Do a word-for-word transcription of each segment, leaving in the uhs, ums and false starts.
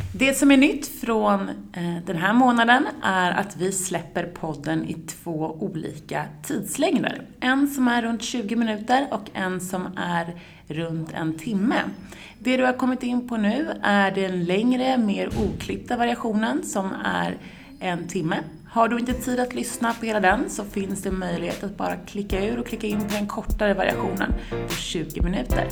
Det som är nytt från eh, den här månaden är att vi släpper podden i två olika tidslängder. En som är runt tjugo minuter och en som är runt en timme. Det du har kommit in på nu är den längre, mer oklippta variationen som är en timme. Har du inte tid att lyssna på hela den så finns det möjlighet att bara klicka ur och klicka in på den kortare variationen på tjugo minuter.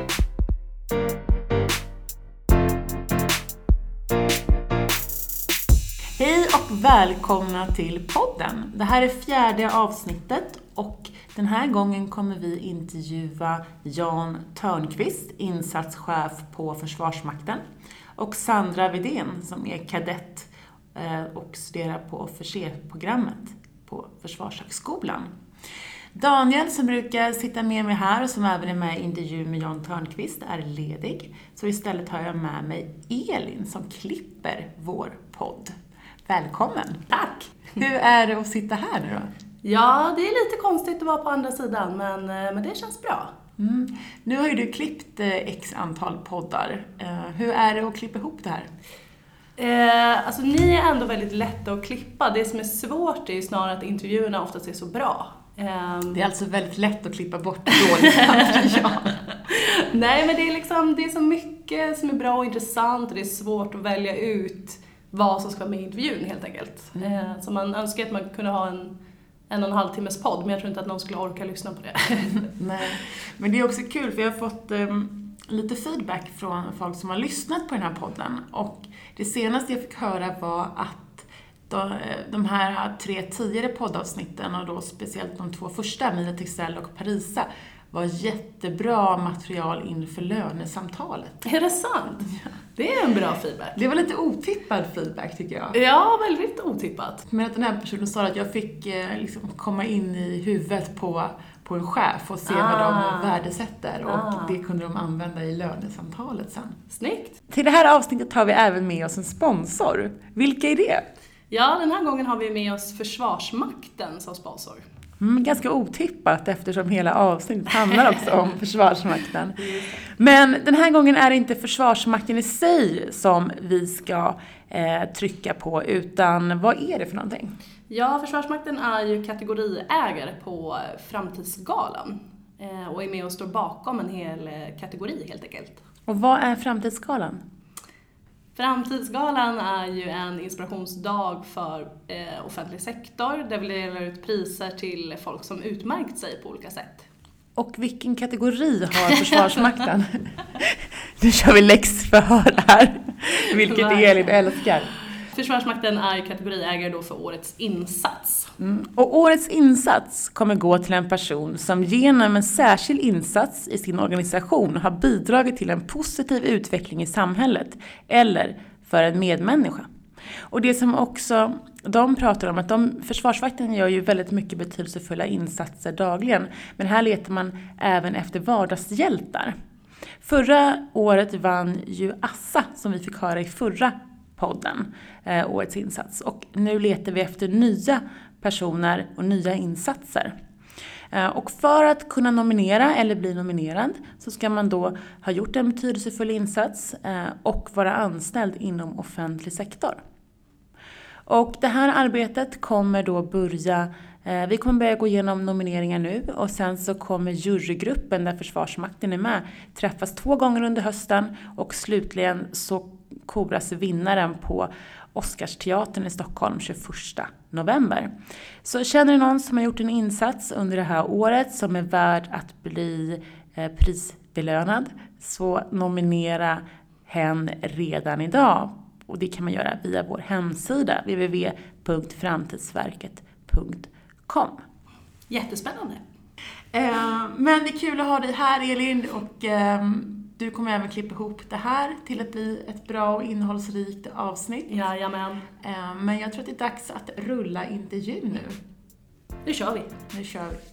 Hej och välkomna till podden. Det här är fjärde avsnittet och den här gången kommer vi intervjua Jan Törnqvist, insatschef på Försvarsmakten, och Sandra Widén som är kadett och studerar på officersprogrammet på Försvarshögskolan. Daniel som brukar sitta med mig här och som även är med i intervjun med Jan Törnqvist är ledig. Så istället har jag med mig Elin som klipper vår podd. Välkommen! Tack! Hur är det att sitta här nu då? Ja, det är lite konstigt att vara på andra sidan, men, men det känns bra. Mm. Nu har ju du klippt x antal poddar. Hur är det att klippa ihop det här? Eh, alltså ni är ändå väldigt lätta att klippa. Det som är svårt är ju snarare att intervjuerna oftast är så bra. Eh, det är alltså väldigt lätt att klippa bort dåligt material. Nej, men det är liksom det är så mycket som är bra och intressant och det är svårt att välja ut vad som ska vara med i intervjun helt enkelt. Mm. Eh, så man önskar att man kunde ha en en och en halv timmes podd, men jag tror inte att någon skulle orka lyssna på det. Nej, men det är också kul för jag har fått um, lite feedback från folk som har lyssnat på den här podden. Och det senaste jag fick höra var att de, de här tre tidigare poddavsnitten och då speciellt de två första, Mila Texell och Parisa, var jättebra material inför lönesamtalet. Är det sant? Ja. Det är en bra feedback. Det var lite otippad feedback tycker jag. Ja, väldigt otippat. Men att den här personen sa att jag fick liksom komma in i huvudet på, på en chef och se ah. vad de värdesätter. Och ah. det kunde de använda i lönesamtalet sen. Snyggt. Till det här avsnittet har vi även med oss en sponsor. Vilka är det? Ja, den här gången har vi med oss Försvarsmakten som sponsor. Mm, ganska otippat eftersom hela avsnittet handlar också om Försvarsmakten. Men den här gången är det inte Försvarsmakten i sig som vi ska eh, trycka på, utan vad är det för någonting? Ja, Försvarsmakten är ju kategoriägare på Framtidsgalan eh, och är med och står bakom en hel kategori helt enkelt. Och vad är Framtidsgalan? Framtidsgalan är ju en inspirationsdag för eh, offentlig sektor där vi delar ut priser till folk som utmärkt sig på olika sätt. Och vilken kategori har Försvarsmakten? Nu kör vi läxförhör här, vilket Elin älskar. Försvarsmakten är kategoriägare då för årets insats. Mm. Och årets insats kommer gå till en person som genom en särskild insats i sin organisation har bidragit till en positiv utveckling i samhället eller för en medmänniska. Och det som också de pratar om att de, Försvarsmakten gör ju väldigt mycket betydelsefulla insatser dagligen, men här letar man även efter vardagshjältar. Förra året vann ju Assa, som vi fick höra i förra podden, eh, årets insats. Och nu letar vi efter nya personer och nya insatser. Eh, och för att kunna nominera eller bli nominerad så ska man då ha gjort en betydelsefull insats eh, och vara anställd inom offentlig sektor. Och det här arbetet kommer då börja, eh, vi kommer börja gå igenom nomineringar nu och sen så kommer jurygruppen där Försvarsmakten är med träffas två gånger under hösten och slutligen så koras vinnaren på Oscarsteatern i Stockholm tjugoförsta november. Så känner ni någon som har gjort en insats under det här året som är värd att bli eh, prisbelönad så nominera hen redan idag. Och det kan man göra via vår hemsida w w w punkt framtidsverket punkt com. Jättespännande. Eh, men det är kul att ha dig här Elin och eh, du kommer även klippa ihop det här till att bli ett bra och innehållsrikt avsnitt. Jajamän. Eh, men jag tror att det är dags att rulla intervju nu. Nu kör vi. Nu kör vi.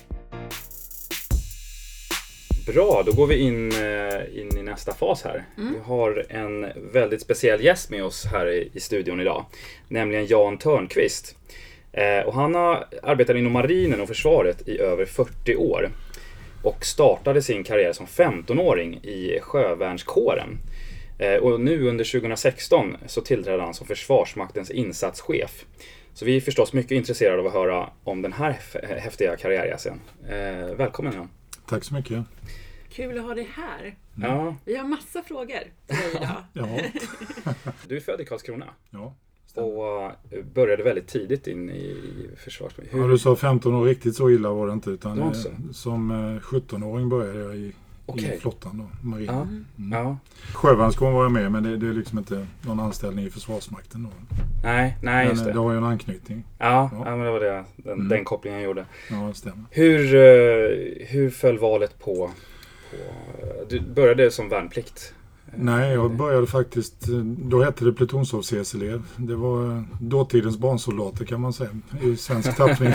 Bra, då går vi in, in i nästa fas här. Mm. Vi har en väldigt speciell gäst med oss här i, i studion idag. Nämligen Jan Törnqvist. Eh, och han har arbetat inom marinen och försvaret i över fyrtio år. Och startade sin karriär som femtonåring i sjövärnskåren. Och nu under tjugohundrasexton så tillträdde han som Försvarsmaktens insatschef. Så vi är förstås mycket intresserade av att höra om den här häftiga karriärresan. Eh, välkommen Jan. Tack så mycket. Kul att ha dig här. Mm. Ja. Vi har massa frågor till dig idag. Ja. Du är född i Karlskrona. Ja. Och började väldigt tidigt in i Försvarsmakten. Ja, du sa femton år, riktigt så illa var det inte. Utan det som sjuttonåring började jag i, okay. i flottan då, marinen. Ja. Mm. Ja. Sjövärnskåren var jag med, men det, det är liksom inte någon anställning i Försvarsmakten då. Nej, nej men just det. det har ju en anknytning. Ja, ja. ja men det var det, den, mm. den kopplingen jag gjorde. Ja, det stämmer. Hur, hur föll valet på, på... Du började som värnplikt? Nej, jag började faktiskt, då hette det plutonsofficerselev. Det var dåtidens barnsoldater kan man säga, i svensk tappning.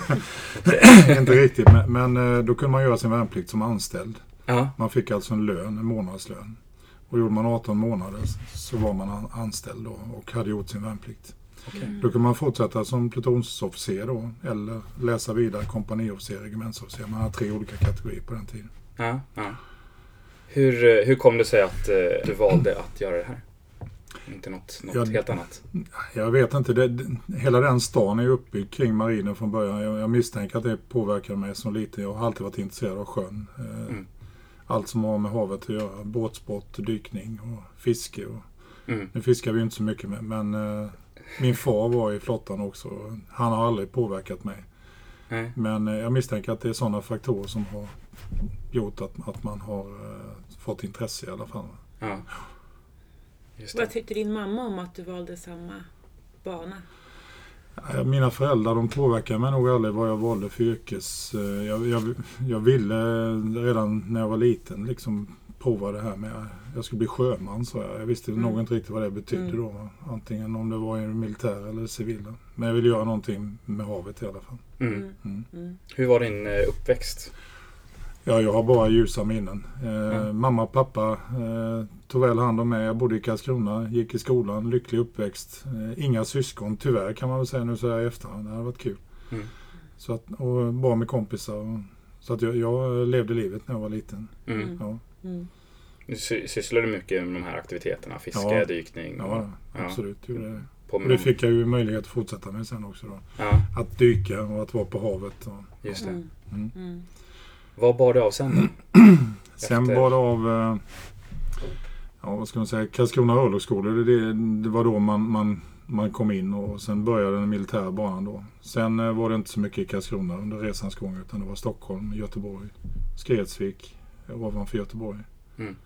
Inte riktigt, men, men då kunde man göra sin värnplikt som anställd. Ja. Man fick alltså en lön, en månadslön. Och gjorde man arton månader så var man anställd då och hade gjort sin värnplikt. Okay. Då kunde man fortsätta som plutonsofficer då, eller läsa vidare kompaniofficer, regementsofficer. Man hade tre olika kategorier på den tiden. Ja, ja. Hur, hur kom det sig att uh, du valde att göra det här? Inte något, något jag, helt annat? Jag vet inte. Det, det, hela den stan är uppbyggd kring marinen från början. Jag, jag misstänker att det påverkar mig som lite. Jag har alltid varit intresserad av sjön. Mm. Allt som har med havet att göra. Båtsport, dykning och fiske. Och, mm. Nu fiskar vi inte så mycket med. Men uh, min far var i flottan också. Han har aldrig påverkat mig. Mm. Men uh, jag misstänker att det är sådana faktorer som har gjort att, att man har uh, fått intresse i alla fall. Ja. Vad tyckte din mamma om att du valde samma bana? Ja, mina föräldrar de påverkade mig nog aldrig vad jag valde för yrkes. Jag, jag, jag ville redan när jag var liten liksom prova det här med jag skulle bli sjöman. Så jag, jag visste mm. nog inte riktigt vad det betydde mm. då. Antingen om det var i militär eller civila. Men jag ville göra någonting med havet i alla fall. Mm. Mm. Mm. Hur var din uppväxt? Ja, jag har bara ljusa minnen. Eh, mm. Mamma och pappa eh, tog väl hand om mig. Jag bodde i Karlskrona, gick i skolan, lycklig uppväxt. Eh, inga syskon, tyvärr kan man väl säga nu så här i efterhand. Det hade varit kul. Mm. Så att, och bra med kompisar. Och, så att jag, jag levde livet när jag var liten. Mm. Ja. Mm. Du sy- sysslade mycket med de här aktiviteterna? Fiske, ja. dykning? Och, ja, absolut. Ja. Det. Och det fick jag ju möjlighet att fortsätta med sen också. Då. Ja. Att dyka och att vara på havet. Och, just det. Mm. Mm. Mm. Vad bar det av sen då? Sen bar det av ja, vad ska man säga, Karlskrona örlogsskola. Det, det, det var då man, man, man kom in och sen började den militära banan då. Sen var det inte så mycket i Karlskrona under resans gång utan det var Stockholm, Göteborg, Skredsvik ovanför Göteborg. Mm.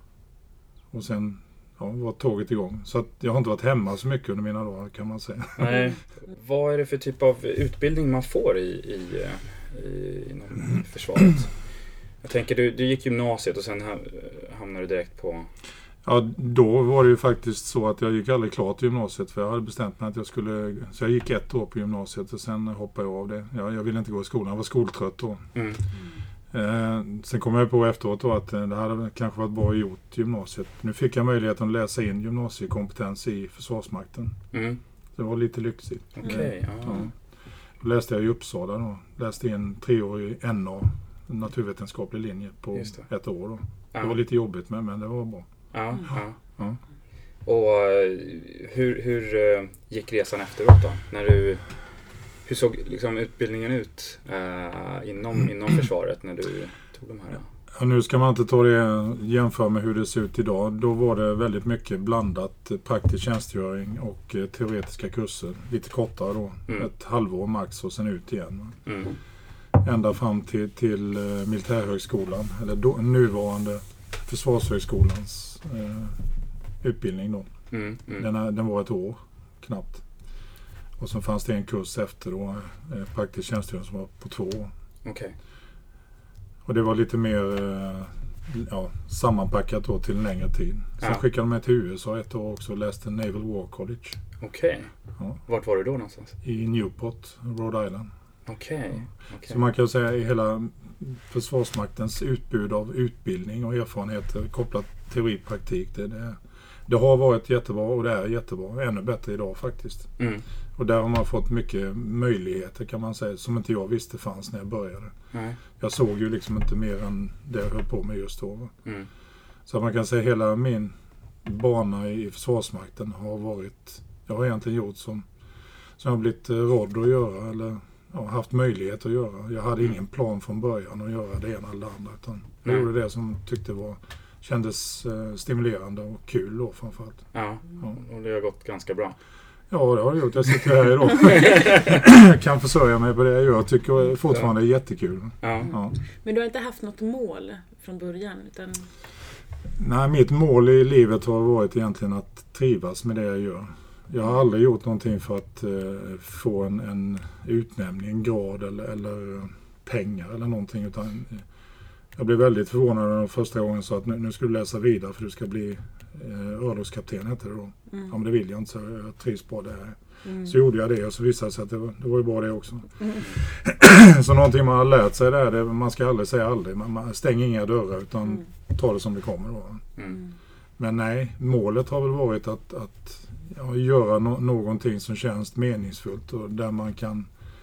Och sen ja, var tåget igång. Så att jag har inte varit hemma så mycket under mina dagar kan man säga. Nej. Vad är det för typ av utbildning man får i, i I, inom försvaret? Jag tänker, du, du gick gymnasiet och sen hamnade du direkt på... Ja, då var det ju faktiskt så att jag gick aldrig klart gymnasiet för jag hade bestämt mig att jag skulle... Så jag gick ett år på gymnasiet och sen hoppade jag av det. Jag, jag ville inte gå i skolan, jag var skoltrött då. Mm. Eh, sen kom jag på efteråt då att det hade kanske varit bra gjort gymnasiet. Nu fick jag möjligheten att läsa in gymnasiekompetens i Försvarsmakten. Mm. Det var lite lyxigt. Okej, okay, ja. ja. Då läste jag i Uppsala då. Läste in treårig N A, naturvetenskaplig linje på ett år då. Ja. Det var lite jobbigt med, men det var bra. Ja, mm. ja. ja. Och hur, hur gick resan efteråt då? När du, hur såg liksom utbildningen ut uh, inom, inom försvaret när du tog de här? Då? Ja, nu ska man inte ta det jämföra med hur det ser ut idag. Då var det väldigt mycket blandat praktisk tjänstgöring och eh, teoretiska kurser. Lite kortare då. Mm. Ett halvår max och sen ut igen. Mm. Ända fram till, till eh, militärhögskolan. Eller då, nuvarande försvarshögskolans eh, utbildning då. Mm. Mm. Den, är, den var ett år knappt. Och så fanns det en kurs efter då. Eh, praktisk tjänstgöring som var på två år. Okej. Okay. Och det var lite mer ja, sammanpackat då till en längre tid. Sen ja. skickade de mig till U S A ett år också och läste Naval War College. Okej. Okay. Ja. Vart var du då någonstans? I Newport, Rhode Island. Okej. Okay. Ja. Okay. Så man kan säga i hela Försvarsmaktens utbud av utbildning och erfarenheter kopplat teori och praktik. Det, det, det har varit jättebra och det är jättebra. Ännu bättre idag faktiskt. Mm. Och där har man fått mycket möjligheter kan man säga som inte jag visste fanns när jag började. Mm. Jag såg ju liksom inte mer än det jag höll på med just då. Mm. Så man kan säga hela min bana i Försvarsmakten har varit, jag har egentligen gjort som, som jag har blivit rådd att göra eller ja, haft möjlighet att göra. Jag hade ingen plan från början att göra det ena eller det andra, utan jag Nej. gjorde det som tyckte var, kändes eh, stimulerande och kul då framförallt. Ja, Ja. och det har gått ganska bra. Ja, det har jag gjort. Jag sitter här idag. Jag kan försörja mig på det jag gör. Jag tycker fortfarande det är jättekul. Ja. Ja. Men du har inte haft något mål från början? Utan... Nej, mitt mål i livet har varit egentligen att trivas med det jag gör. Jag har aldrig gjort någonting för att eh, få en, en utnämning, en grad eller, eller pengar eller någonting. Utan jag blev väldigt förvånad när de första gången sa att nu, nu ska du läsa vidare för du ska bli eh, örlogskapten, heter det då. Mm. Ja, men det vill jag inte, så jag trivs på det här. Mm. Så gjorde jag det och så visade det sig att det var, det var ju bara det också. Mm. Så någonting man har lärt sig där, det, man ska aldrig säga aldrig. Man, man stänger inga dörrar utan Mm. tar det som det kommer då. Mm. Men nej, målet har väl varit att, att ja, göra no- någonting som känns meningsfullt och där man kan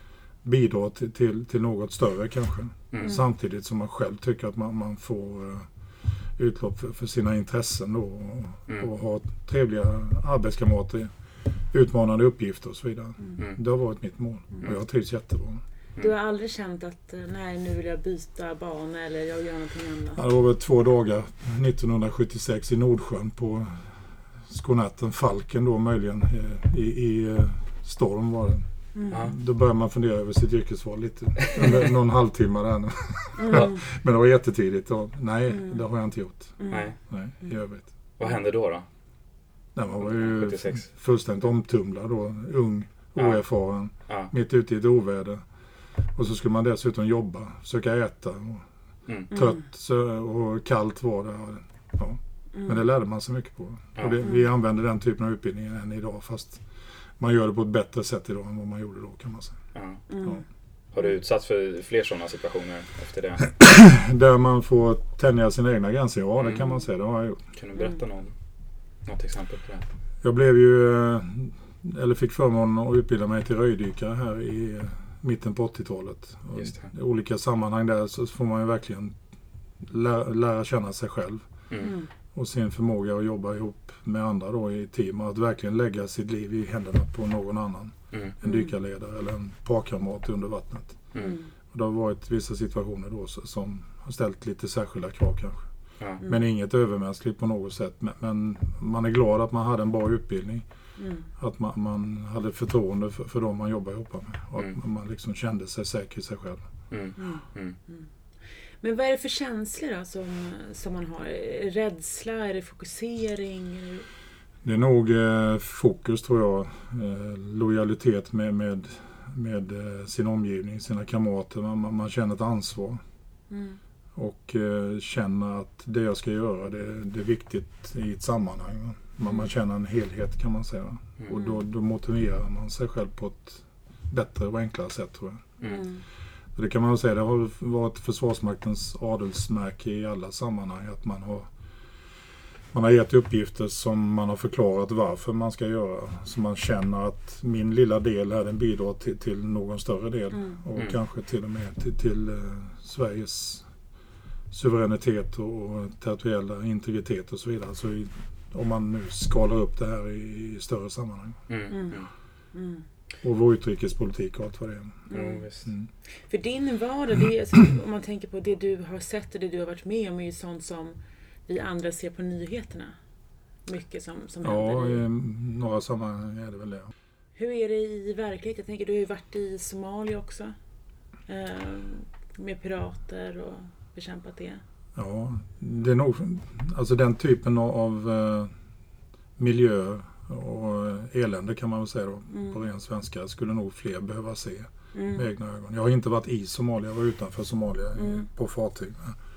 bidra till, till, till något större kanske. Mm. Samtidigt som man själv tycker att man, man får uh, utlopp för, för sina intressen då, och, Mm. och ha trevliga arbetskamrater, utmanande uppgifter och så vidare. Mm. Det har varit mitt mål och jag har trivts jättebra. Du har aldrig känt att nej, nu vill jag byta bana eller jag gör någonting annat? Ja, det var väl två dagar nittonhundrasjuttiosex i Nordsjön på skonatten Falken då möjligen i, i storm var det. Mm. Ja. Då börjar man fundera över sitt yrkesval lite. Under någon halvtimme där. Mm. Men det var jättetidigt och nej, Mm. det har jag inte gjort. Mm. Nej. Nej, i övrigt. Vad hände då då? Nej, man var ju sjuttiosex. fullständigt omtumlad då. Ung, Ja. oerfaren, Ja. mitt ute i ett oväder. Och så skulle man dessutom jobba, försöka äta. Och Mm. trött så, och kallt var det. Ja. Mm. Men det lärde man sig mycket på. Ja. Och det, vi använder den typen av utbildning än idag, fast man gör det på ett bättre sätt idag än vad man gjorde då, kan man säga. Ja. Mm. Ja. Har du utsatts för fler sådana situationer efter det? Där man får tänja sina egna gränser, ja det Mm. kan man säga, det har jag gjort. Kan du berätta någon, något exempel på det? Jag blev ju, eh, eller fick förmånen att utbilda mig till röjdykare här i eh, mitten på åttiotalet. Och Just det. I olika sammanhang där så får man ju verkligen lära, lära känna sig själv. Mm. Mm. Och sin förmåga att jobba ihop med andra då i team och att verkligen lägga sitt liv i händerna på någon annan. Mm. En dykarledare eller en parkamrat under vattnet. Mm. Mm. Och det har varit vissa situationer då så- som har ställt lite särskilda krav kanske. Ja. Mm. Men inget övermänskligt på något sätt. Men, men man är glad att man hade en bra utbildning. Mm. Att man, man hade förtroende för, för dem man jobbar ihop med. Och Mm. att man liksom kände sig säker i sig själv. Mm. Mm. Mm. Men vad är det för känslor då som, som man har? Är det rädsla? Är det fokusering? Är det... Det är nog eh, fokus tror jag. Eh, lojalitet med, med, med eh, sin omgivning, sina kamrater. Man, man, man känner ett ansvar. Mm. Och eh, känner att det jag ska göra det, det är viktigt i ett sammanhang. Va? Man, man känner en helhet kan man säga. Mm. Och då, då motiverar man sig själv på ett bättre och enklare sätt tror jag. Mm. Mm. Så det kan man väl säga, det har varit Försvarsmaktens adelsmärke i alla sammanhang. Att man har, man har gett uppgifter som man har förklarat varför man ska göra. Så man känner att min lilla del här den bidrar till, till någon större del. Mm. Och Mm. kanske till och med till, till eh, Sveriges suveränitet och, och territoriella integritet och så vidare. Så i, om man nu skalar upp det här i, i större sammanhang. Mm. Mm. Mm. Mm. Och vår utrikespolitik och allt vad det är. Jo, visst. Mm. För din vardag, det är, alltså, om man tänker på det du har sett och det du har varit med om, är ju sånt som vi andra ser på nyheterna. Mycket som, som Ja, händer. i I. några sammanhang är det väl det. Hur är det i verkligheten? Jag tänker, du har ju varit i Somalia också. Eh, med pirater och bekämpat det. Ja, det är nog, alltså den typen av, av eh, miljö och elände kan man väl säga då, Mm. på ren svenska, skulle nog fler behöva se med Mm. egna ögon. Jag har inte varit i Somalia, jag var utanför Somalia eh, Mm. på fartyg.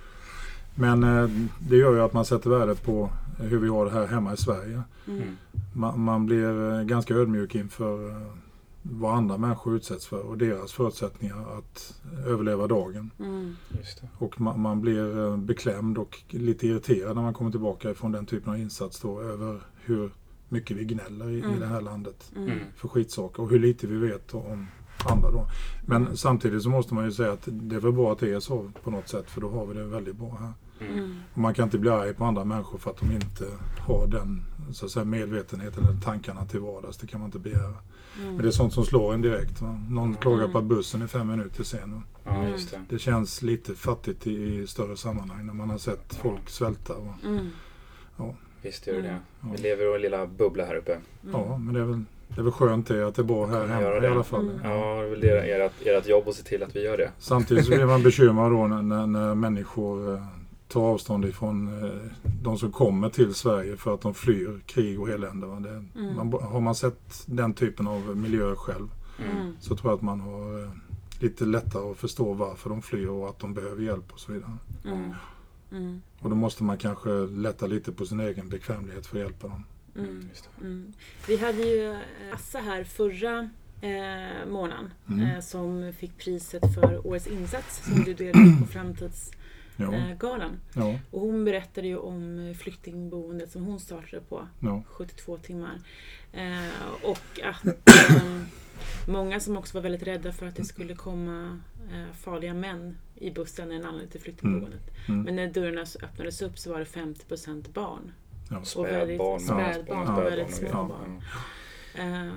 Men eh, det gör ju att man sätter värdet på hur vi har det här hemma i Sverige. Mm. Mm. Man, man blir eh, ganska ödmjuk inför eh, vad andra människor utsätts för och deras förutsättningar att överleva dagen. Mm. Just det. Och man, man blir eh, beklämd och lite irriterad när man kommer tillbaka från den typen av insats då, över hur mycket vi gnäller i, Mm. i det här landet Mm. Mm. för skitsaker och hur lite vi vet om andra då. Men Mm. samtidigt så måste man ju säga att det är väl bra att det är så på något sätt, för då har vi det väldigt bra här. Mm. Och man kan inte bli arg på andra människor för att de inte har den så att säga, medvetenheten eller tankarna till vardags. Det kan man inte begära. Mm. Men det är sånt som slår en direkt. Va? Någon mm. klagar på att bussen är fem minuter sen. Ja, just det. Det känns lite fattigt i, i större sammanhang när man har sett ja. folk svälta. Va? Mm. Ja. Visst gör det det. Vi lever i en lilla bubbla här uppe. Mm. Ja, men det är väl, det är väl skönt det, att det är bra här hemma i alla fall. Mm. Ja, det är väl det, ert, ert jobb att se till att vi gör det. Samtidigt så blir man bekymrad då när, när, när människor eh, tar avstånd ifrån eh, de som kommer till Sverige för att de flyr krig och elände. Va? Det, mm. man, har man sett den typen av miljöer själv mm. så tror jag att man har eh, lite lättare att förstå varför de flyr och att de behöver hjälp och så vidare. Mm. Mm. Och då måste man kanske lätta lite på sin egen bekvämlighet för att hjälpa dem. Mm. Mm. Vi hade ju Assa här förra eh, månaden mm. eh, som fick priset för årets insats som du delade ut på Framtidsgalan. Ja. Eh, ja. Och hon berättade ju om flyktingboendet som hon startade på, ja. sjuttiotvå timmar. Eh, och att eh, många som också var väldigt rädda för att det skulle komma eh, farliga män i bussen när den anlände till flyktingboendet. Mm. Mm. Men när dörrarna öppnades upp så var det femtio procent barn. Ja, spädbarn, spädbarn och väldigt små ja. barn. Um,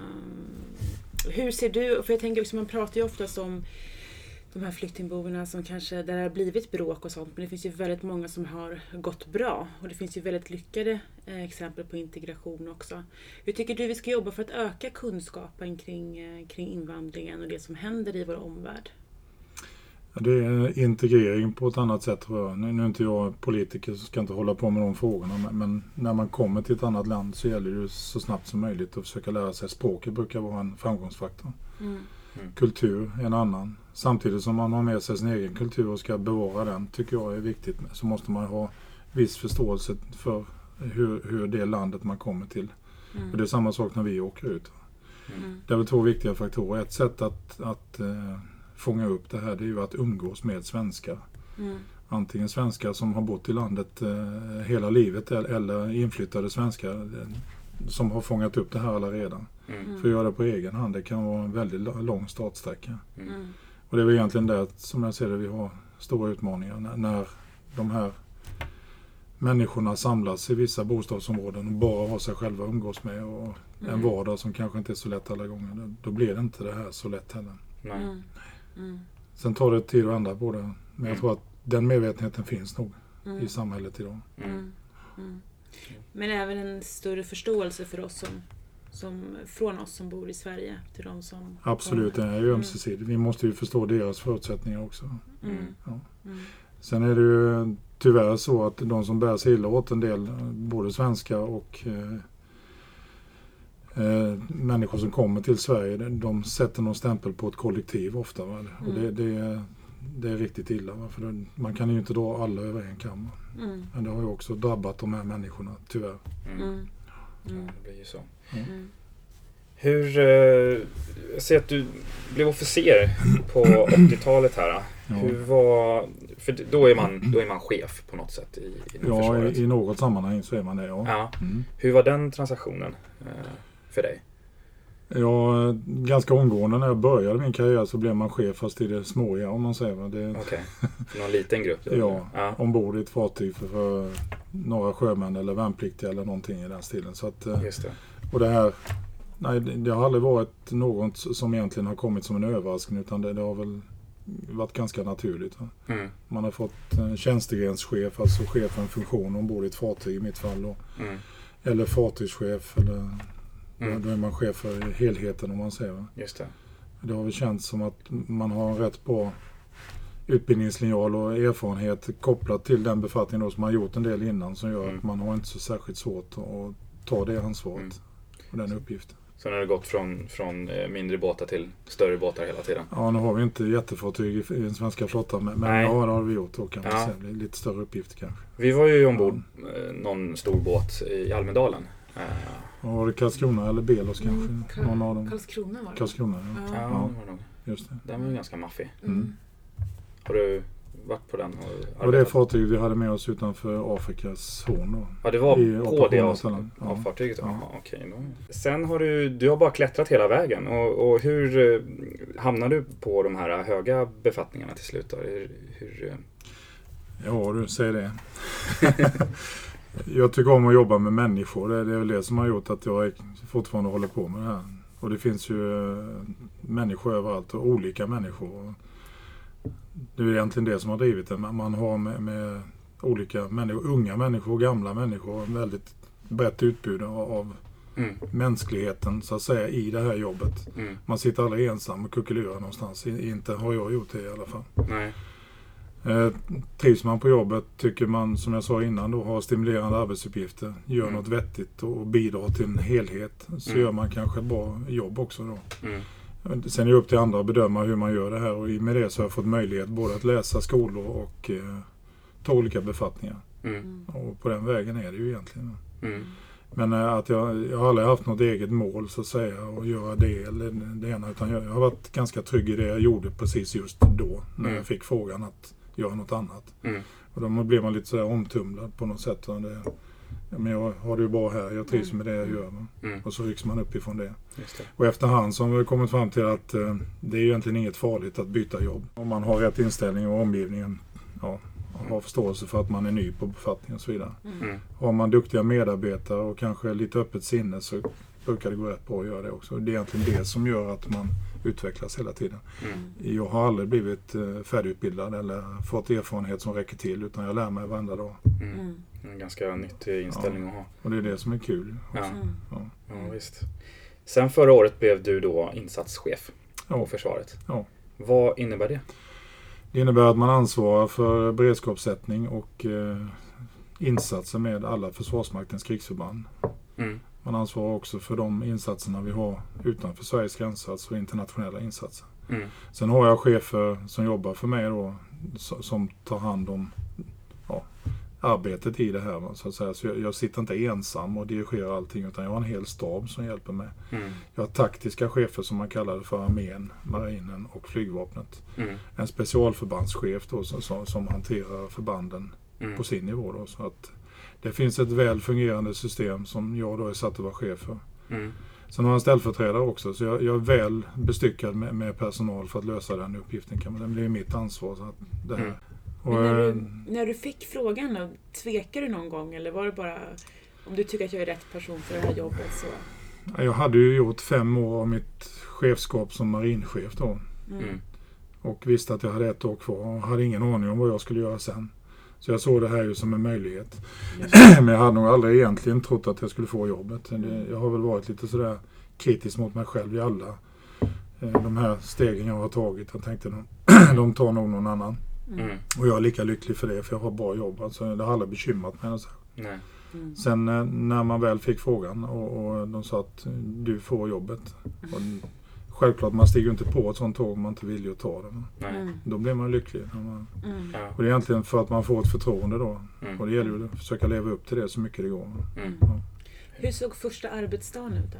hur ser du, för jag tänker också, man pratar ju oftast om de här flyktingboendena som kanske, där det har blivit bråk och sånt, men det finns ju väldigt många som har gått bra och det finns ju väldigt lyckade eh, exempel på integration också. Hur tycker du vi ska jobba för att öka kunskapen kring, eh, kring invandringen och det som händer i vår omvärld? Det är integrering på ett annat sätt tror jag. Nu är inte jag politiker så ska jag inte hålla på med de frågorna. Men när man kommer till ett annat land så gäller det så snabbt som möjligt att försöka lära sig. Språket brukar vara en framgångsfaktor. Mm. Mm. Kultur är en annan. Samtidigt som man har med sig sin egen kultur och ska bevara den tycker jag är viktigt. Så måste man ha viss förståelse för hur, hur det landet man kommer till. Mm. Och det är samma sak när vi åker ut. Mm. Det är väl två viktiga faktorer. Ett sätt att... att eh, fånga upp det här, det är ju att umgås med svenskar. Mm. Antingen svenskar som har bott i landet eh, hela livet eller inflyttade svenskar eh, som har fångat upp det här alla redan. Mm. För att göra det på egen hand, det kan vara en väldigt lång startsträcka. Mm. Och det är väl egentligen det som jag ser det vi har stora utmaningar när, när de här människorna samlas i vissa bostadsområden och bara har sig själva att umgås med och mm. en vardag som kanske inte är så lätt alla gånger. Då, då blir det inte det här så lätt heller. Nej. Mm. Mm. Sen tar det tid att ändra på det. Men jag mm. tror att den medvetenheten finns nog mm. i samhället idag. Mm. Mm. Men även en större förståelse för oss som, som, från oss som bor i Sverige till de som... Absolut, det är ju ömsesidigt. Vi måste ju förstå deras förutsättningar också. Mm. Ja. Mm. Sen är det ju tyvärr så att de som bär sig illa åt en del, både svenskar och eh, eh, människor som kommer till Sverige, de sätter någon stämpel på ett kollektiv ofta. Va? Mm. Och det, det, är, det är riktigt illa. Va? För det, man kan ju inte dra alla över en kam. Mm. Men det har ju också drabbat de här människorna, tyvärr. Mm. Mm. Ja, det blir ju så. Mm. Hur, eh, jag ser att du blev officer på åttiotalet här. Ja. Hur var, för då är man, då är man chef på något sätt i, i Ja, försvaret. i, i något sammanhang så är man det, ja. ja. Mm. Hur var den transaktionen eh, för dig? Ja, ganska omgående när jag började min karriär så blev man chef fast i det småiga om man säger. Det, Okej, okay. Någon liten grupp? Då, ja, ja, ombord i ett fartyg för, för några sjömän eller värnpliktiga eller någonting i den stilen. Så att, Just det. Och det här, nej det, det har aldrig varit något som egentligen har kommit som en överraskning utan det, det har väl varit ganska naturligt. Mm. Man har fått en tjänstegrenschef, alltså chef för en funktion ombord i ett fartyg i mitt fall. Och, mm. Eller fartygschef eller... Mm. Då är man chef för helheten om man säger. Just det. Det har väl känts som att man har en rätt bra utbildningslinjal och erfarenhet kopplat till den befattningen då som man gjort en del innan som gör mm. att man har inte så särskilt svårt att ta det ansvaret mm. och den uppgiften. Så nu har det gått från, från mindre båtar till större båtar hela tiden? Ja, nu har vi inte jättefartyg i den svenska flottan men Nej. ja, det har vi gjort och kan ja. man säga. Lite större uppgift kanske. Vi var ju ombord ja. någon stor båt i Almedalen. Ja, var det Karlskrona eller Belos kanske? Mm, Karl- Någon av dem. Karlskrona var det. Karlskrona, ja. Ja, ja. det var det nog. Just det. Den var ju ganska maffig. Mm. Har du varit på den? Och, och det fartyg vi hade med oss utanför Afrikas horn då. Ja, det var I på det av, ja. av fartyget? Ja. Aha, okej. Då. Sen har du, du har bara klättrat hela vägen. Och, och hur hamnade du på de här höga befattningarna till slut då? Hur, hur... Ja, du säger det. Jag tycker om att jobba med människor. Det är väl det som har gjort att jag fortfarande håller på med det här. Och det finns ju människor överallt och olika människor. Det är egentligen det som har drivit det. Man har med, med olika människor, unga människor och gamla människor, väldigt brett utbud av mm. mänskligheten så att säga i det här jobbet. Mm. Man sitter aldrig ensam och kuckelurar någonstans. Inte har jag gjort det i alla fall. Nej. Eh, trivs man på jobbet tycker man, som jag sa innan, då, har stimulerande arbetsuppgifter, gör mm. något vettigt och bidrar till en helhet, så mm. gör man kanske bra jobb också då. Mm. Sen är det upp till andra att bedöma hur man gör det här, och med det så har jag fått möjlighet både att läsa skolor och eh, ta olika befattningar. Mm. Och på den vägen är det ju egentligen. Mm. Men eh, att jag, jag har aldrig haft något eget mål så att säga och göra det eller det ena, utan jag, jag har varit ganska trygg i det jag gjorde precis just då när mm. jag fick frågan att göra något annat. Mm. Och då blir man lite så här omtumlad på något sätt. Och det, ja, men jag har det ju bra här, jag trivs med det jag gör. Mm. Och så rycks man upp ifrån det. Just det. Och efterhand så har vi kommit fram till att eh, det är egentligen inget farligt att byta jobb. Om man har rätt inställning och omgivningen ja, har förståelse för att man är ny på befattningen och så vidare. Mm. Har man duktiga medarbetare och kanske lite öppet sinne så brukar det gå rätt bra att göra det också. Det är egentligen det som gör att man utvecklas hela tiden. Mm. Jag har aldrig blivit uh, färdigutbildad eller fått erfarenhet som räcker till, utan jag lär mig varenda dag. Mm. Mm. En ganska nyttig inställning ja. att ha. Och det är det som är kul. Ja. Mm. Ja. Ja, visst. Sen förra året blev du då insatschef ja. på försvaret. Ja. Vad innebär det? Det innebär att man ansvarar för beredskapssättning och eh, insatser med alla Försvarsmaktens krigsförband. Mm. Man ansvarar också för de insatserna vi har utanför Sveriges gränser, alltså internationella insatser. Mm. Sen har jag chefer som jobbar för mig då, som tar hand om ja, arbetet i det här. Så att säga. Så jag, jag sitter inte ensam och dirigerar allting, utan jag har en hel stab som hjälper mig. Mm. Jag har taktiska chefer som man kallar det för armén, marinen och flygvapnet. Mm. En specialförbandschef då, som, som, som hanterar förbanden mm. på sin nivå. Då, så att det finns ett väl fungerande system som jag då är satt att vara chef för. Mm. Sen har jag en ställföreträdare också, så jag, jag är väl bestyckad med, med personal för att lösa den uppgiften. Kan man, det blir mitt ansvar. Så att det här. Mm. Och, Men när, du, när du fick frågan, då, tvekar du någon gång? Eller var det bara, om du tycker att jag är rätt person för det här jobbet så? Jag hade ju gjort fem år av mitt chefskap som marinchef då. Mm. Och visste att jag hade ett år kvar och hade ingen aning om vad jag skulle göra sen. Så jag såg det här ju som en möjlighet. Men jag hade nog aldrig egentligen trott att jag skulle få jobbet. Det, jag har väl varit lite sådär kritisk mot mig själv i alla eh, de här stegen jag har tagit. Jag tänkte de, de tar nog någon annan. Mm. Och jag är lika lycklig för det, för jag har bra jobb. Alltså, det har aldrig bekymrat mig. Nej. Mm. Sen eh, när man väl fick frågan och, och de sa att du får jobbet. Och, självklart, man stiger inte på ett sånt tåg om man inte vill ju ta det. Mm. Då blir man lycklig. Man, mm. Och det är egentligen för att man får ett förtroende då. Mm. Och det gäller ju att försöka leva upp till det så mycket det går. Mm. Ja. Hur såg första arbetsdagen ut då?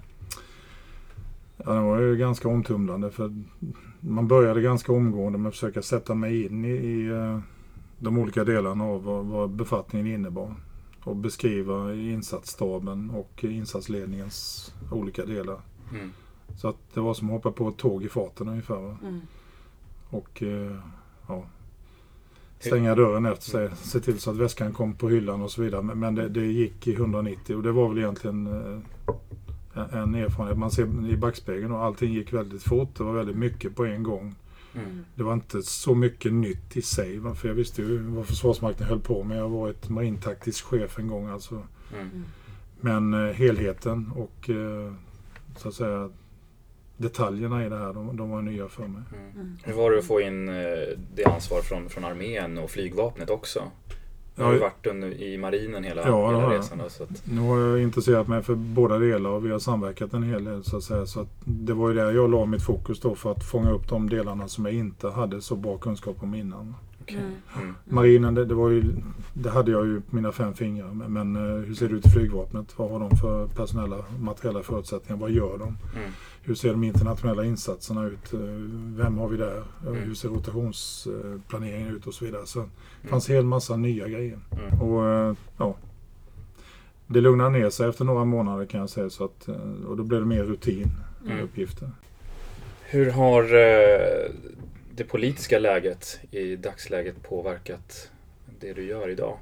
Ja, det var ju ganska omtumlande. För man började ganska omgående med att försöka sätta mig in i, i de olika delarna av vad, vad befattningen innebar. Och beskriva insatsstaben och insatsledningens olika delar. Mm. Så att det var som att hoppa på ett tåg i farten ungefär. Mm. Och eh, ja, stänga dörren efter sig. Se till så att väskan kom på hyllan och så vidare. Men, men det, det gick i hundranittio och det var väl egentligen eh, en erfarenhet. Man ser i backspegeln och allting gick väldigt fort. Det var väldigt mycket på en gång. Mm. Det var inte så mycket nytt i sig. För jag visste ju vad Försvarsmakten höll på med. Jag var ett marintaktisk chef en gång. Alltså. Mm. Men eh, helheten och eh, så att säga detaljerna i det här, de, de var nya för mig. Mm. Mm. Hur var det att få in det ansvar från, från armén och flygvapnet också? Du har ju varit under, i marinen hela, ja, hela resan. Då, så att... Nu har jag intresserat mig för båda delar och vi har samverkat en hel del så att säga. Så att det var ju där jag la mitt fokus då för att fånga upp de delarna som jag inte hade så bra kunskap om innan. Okay. Mm. Mm. Marinen, det, det, var ju, det hade jag ju på mina fem fingrar. Men, men hur ser det ut i flygvapnet? Vad har de för personella materiella förutsättningar? Vad gör de? Mm. Hur ser de internationella insatserna ut? Vem har vi där? Mm. Hur ser rotationsplaneringen ut och så vidare? Så det fanns en hel massa nya grejer. Mm. Och ja, det lugnade ner sig efter några månader kan jag säga. Så att, och då blev det mer rutin mm. uppgifter. Hur har eh, det politiska läget i dagsläget påverkat det du gör idag?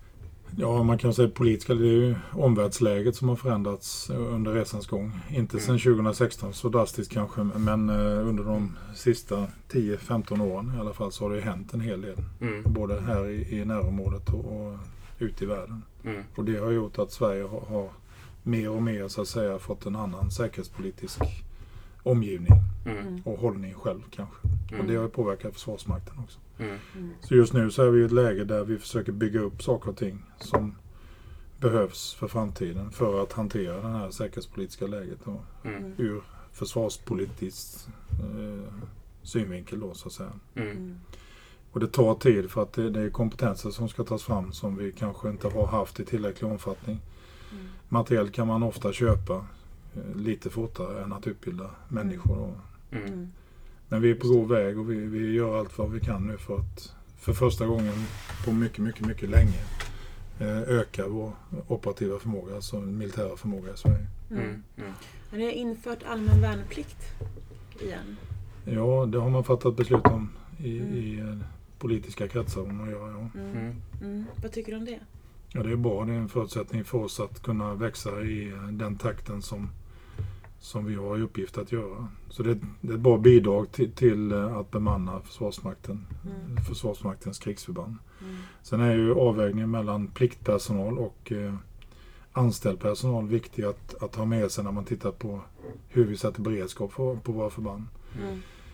Ja, man kan säga politiska, det är ju omvärldsläget som har förändrats under resans gång. Inte Mm. sedan tjugohundrasexton så drastiskt kanske, men under de sista tio femton åren i alla fall så har det hänt en hel del. Mm. Både här i, i närområdet och, och ute i världen. Mm. Och det har gjort att Sverige har, har mer och mer så att säga fått en annan säkerhetspolitisk omgivning Mm. och hållning själv kanske. Mm. Och det har ju påverkat Försvarsmakten också. Mm. Så just nu så är vi i ett läge där vi försöker bygga upp saker och ting som behövs för framtiden för att hantera det här säkerhetspolitiska läget och Mm. ur försvarspolitisk eh, synvinkel då så att säga. Mm. Och det tar tid för att det, det är kompetenser som ska tas fram som vi kanske inte har haft i tillräcklig omfattning. Mm. Material kan man ofta köpa eh, lite fortare än att utbilda människor. Då. Mm. Mm. Men vi är på god väg och vi, vi gör allt vad vi kan nu för att för första gången på mycket, mycket, mycket länge eh, öka vår operativa förmåga, alltså militära förmåga i Sverige. Mm. Mm. Mm. Har ni infört allmän värnplikt igen? Ja, det har man fattat beslut om i, Mm. i eh, politiska kretsar om att göra. Ja. Mm. Mm. Mm. Vad tycker du om det? Ja, det är bra. Det är en förutsättning för oss att kunna växa i eh, den takten som, som vi har i uppgift att göra. Så det, det är ett bra bidrag till, till eh, att bemanna Försvarsmakten, Mm. Försvarsmaktens krigsförband. Mm. Sen är ju avvägningen mellan pliktpersonal och eh, anställd personal viktig att, att ha med sig när man tittar på hur vi sätter beredskap för, på våra förband. Mm.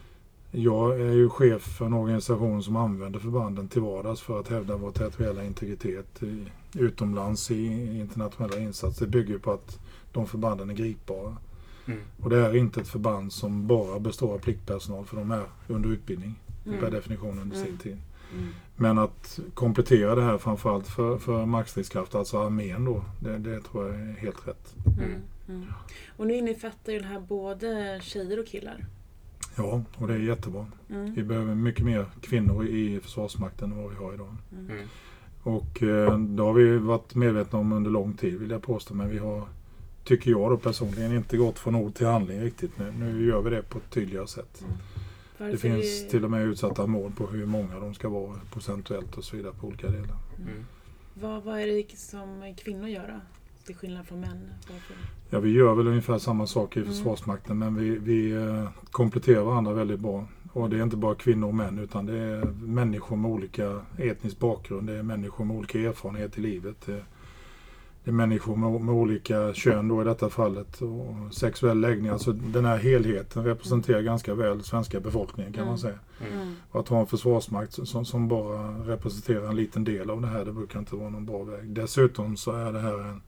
Jag är ju chef för en organisation som använder förbanden till vardags för att hävda vår territoriella integritet i, utomlands i internationella insatser. Det bygger på att de förbanden är gripbara. Mm. Och det är inte ett förband som bara består av pliktpersonal för de är under utbildning Mm. per definition under sin Mm. tid. Mm. Men att komplettera det här framförallt för, för markstridskraft, alltså armén då, det, det tror jag är helt rätt. Mm. Mm. Och nu innefattar ju det här både tjejer och killar. Ja, och det är jättebra. Mm. Vi behöver mycket mer kvinnor i Försvarsmakten än vad vi har idag. Mm. Och eh, det har vi varit medvetna om under lång tid vill jag påstå, men vi har, tycker jag då personligen, inte gått från ord till handling riktigt nu. Nu gör vi det på ett tydligare sätt. Mm. Varför Det finns är- till och med utsatta mål på hur många de ska vara procentuellt och så vidare på olika delar. Mm. Vad, vad är det som kvinnor gör då? Till skillnad från män? Varför? Ja, vi gör väl ungefär samma sak i Mm. Försvarsmakten, men vi, vi eh, kompletterar varandra väldigt bra. Och det är inte bara kvinnor och män, utan det är människor med olika etnisk bakgrund, det är människor med olika erfarenhet i livet. Det, det är människor med, med olika kön då i detta fallet och sexuell läggning. Alltså den här helheten representerar ganska väl svenska befolkningen kan Mm. man säga. Mm. Och att ha en försvarsmakt som, som bara representerar en liten del av det här, det brukar inte vara någon bra väg. Dessutom så är det här en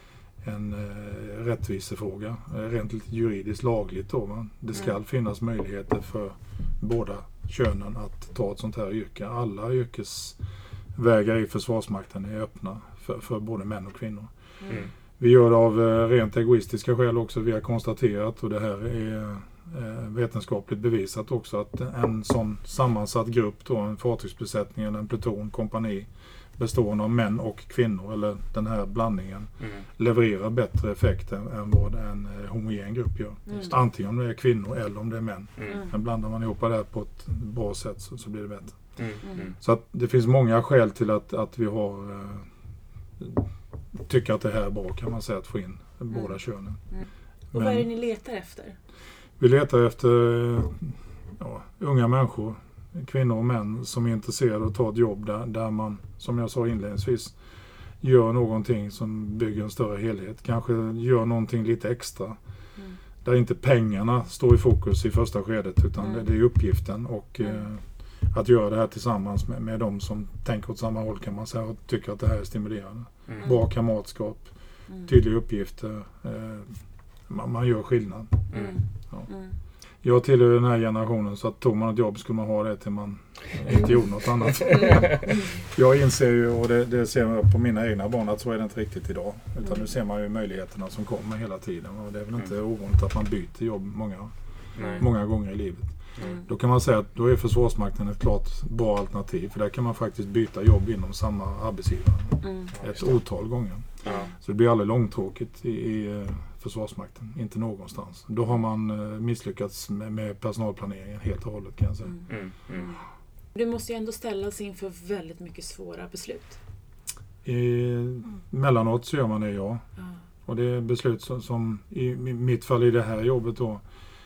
en eh, rättvisefråga, eh, rent juridiskt lagligt då. Va? Det ska Mm. finnas möjligheter för båda könen att ta ett sånt här yrke. Alla yrkesvägar i Försvarsmakten är öppna för, för både män och kvinnor. Mm. Vi gör det av eh, rent egoistiska skäl också. Vi har konstaterat, och det här är eh, vetenskapligt bevisat också, att en sån sammansatt grupp då, en fartygsbesättning eller en pluton, kompani, bestående av män och kvinnor, eller den här blandningen, Mm. levererar bättre effekt än, än vad en eh, homogen grupp gör. Mm. Antingen om det är kvinnor eller om det är män. Mm. Men blandar man ihop det här på ett bra sätt så, så blir det bättre. Mm. Mm. Så att det finns många skäl till att, att vi har eh, tycker att det här är bra, kan man säga, att få in båda könen. Och vad är det ni letar efter? Vi letar efter ja, unga människor, kvinnor och män som är intresserade av att ta ett jobb där, där man, som jag sa inledningsvis, gör någonting som bygger en större helhet. Kanske gör någonting lite extra. Mm. Där inte pengarna står i fokus i första skedet, utan Mm. det, det är uppgiften. Och Mm. eh, att göra det här tillsammans med, med de som tänker åt samma håll, kan man säga, och tycker att det här är stimulerande. Mm. Bra kamratskap, Mm. tydliga uppgifter. Eh, man, man gör skillnad. Mm. Ja. Mm. Jag tillhör den här generationen, så att tog man ett jobb skulle man ha det till man inte gjorde något annat. Jag inser ju, och det, det ser jag på mina egna barn, att så är det inte riktigt idag. Utan nu ser man ju möjligheterna som kommer hela tiden. Och det är väl inte ovanligt att man byter jobb många, Nej. många gånger i livet. Mm. Då kan man säga att då är Försvarsmakten ett klart bra alternativ. För där kan man faktiskt byta jobb inom samma arbetsgivare. Mm. Ett otal gånger. Ja. Så det blir aldrig långtråkigt i, i eh, Försvarsmakten. Inte någonstans. Då har man eh, misslyckats med, med personalplaneringen helt och hållet, kan jag säga. Mm. Mm. Mm. Du måste ju ändå ställas inför väldigt mycket svåra beslut. I, mellanåt så gör man det, ja. Ja. Och det är beslut som, som i mitt fall i det här jobbet då,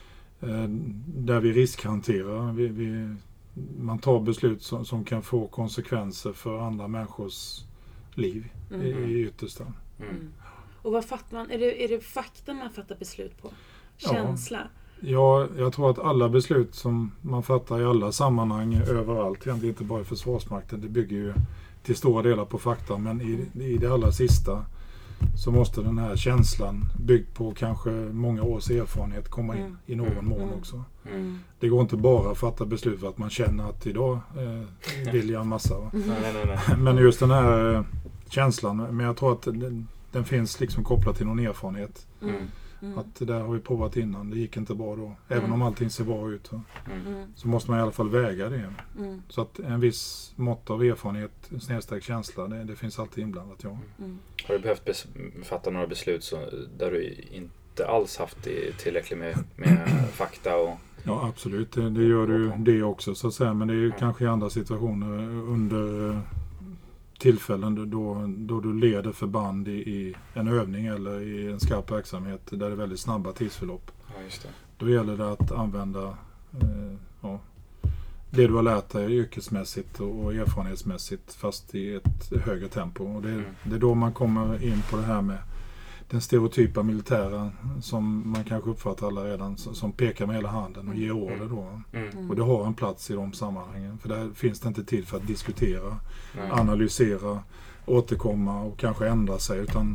eh, där vi riskhanterar. Vi, vi, man tar beslut som, som kan få konsekvenser för andra människors liv Mm. i, i yttersta. Mm. Mm. Och vad fattar man? Är det, är det fakta man fattar beslut på? Känsla? Ja, jag tror att alla beslut som man fattar i alla sammanhang överallt, egentligen inte bara i Försvarsmakten, det bygger ju till stora delar på fakta, men i, i det allra sista så måste den här känslan byggd på kanske många års erfarenhet komma in Mm. i någon Mm. mån Mm. också. Mm. Det går inte bara att fatta beslut för att man känner att idag eh, vill jag en massa. Va? Nej, nej, nej, nej. Men just den här eh, känslan, men jag tror att den, den finns liksom kopplad till någon erfarenhet. Mm. Mm. Mm. Att det där har vi provat innan, det gick inte bra då. Även Mm. om allting ser bra ut va? Mm. Så måste man i alla fall väga det. Mm. Så att en viss mått av erfarenhet, snedsträck känsla, det, det finns alltid inblandat. Ja. Mm. Har du behövt bes- fatta några beslut så, där du inte alls haft i- tillräckligt med, med fakta? Och, Ja, absolut. Det, det gör du det också så att säga. Men det är ju kanske i andra situationer under eh, tillfällen då, då du leder förband i, i en övning eller i en skarp verksamhet där det är väldigt snabba tidsförlopp. ja, just det. Då gäller det att använda eh, ja, det du har lärt dig yrkesmässigt och, och erfarenhetsmässigt fast i ett högre tempo. Och det, Mm. det är då man kommer in på det här med den stereotypa militära som man kanske uppfattar alla redan som, som pekar med hela handen och ger order då. Mm. Mm. Och det har en plats i de sammanhangen. För där finns det inte tid för att diskutera, Nej. analysera, återkomma och kanske ändra sig. Utan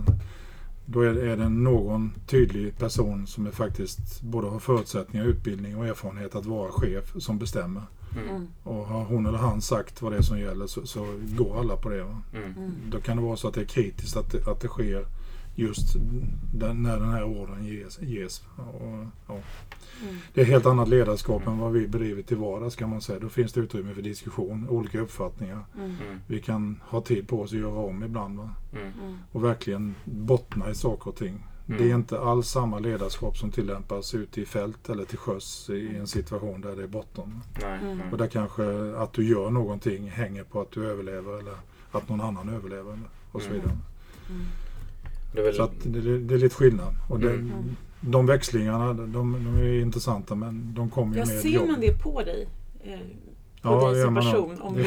då är, är det någon tydlig person som är faktiskt både har förutsättningar, utbildning och erfarenhet att vara chef som bestämmer. Mm. Mm. Och har hon eller han sagt vad det är som gäller så, så går alla på det. Va? Mm. Mm. Då kan det vara så att det är kritiskt att det, att det sker just den, när den här ordern ges. ges. Och, ja. Mm. Det är helt annat ledarskap än vad vi bedriver till vardags kan man säga. Då finns det utrymme för diskussion, olika uppfattningar. Mm. Mm. Vi kan ha tid på oss att göra om ibland va? Mm. Mm. Och verkligen bottna i saker och ting. Mm. Det är inte alls samma ledarskap som tillämpas ute i fält eller till sjöss i en situation där det är botten. Nej. Mm. Nej. Och där kanske att du gör någonting hänger på att du överlever eller att någon annan överlever och så Mm. vidare. Mm. Det är väl, Så att det, det är lite skillnad. Och det, Mm. de växlingarna de, de är intressanta men de kommer ju Jag med ser jobb. man det på dig? Eh, på Ja, det dig gör som man person? nog. Om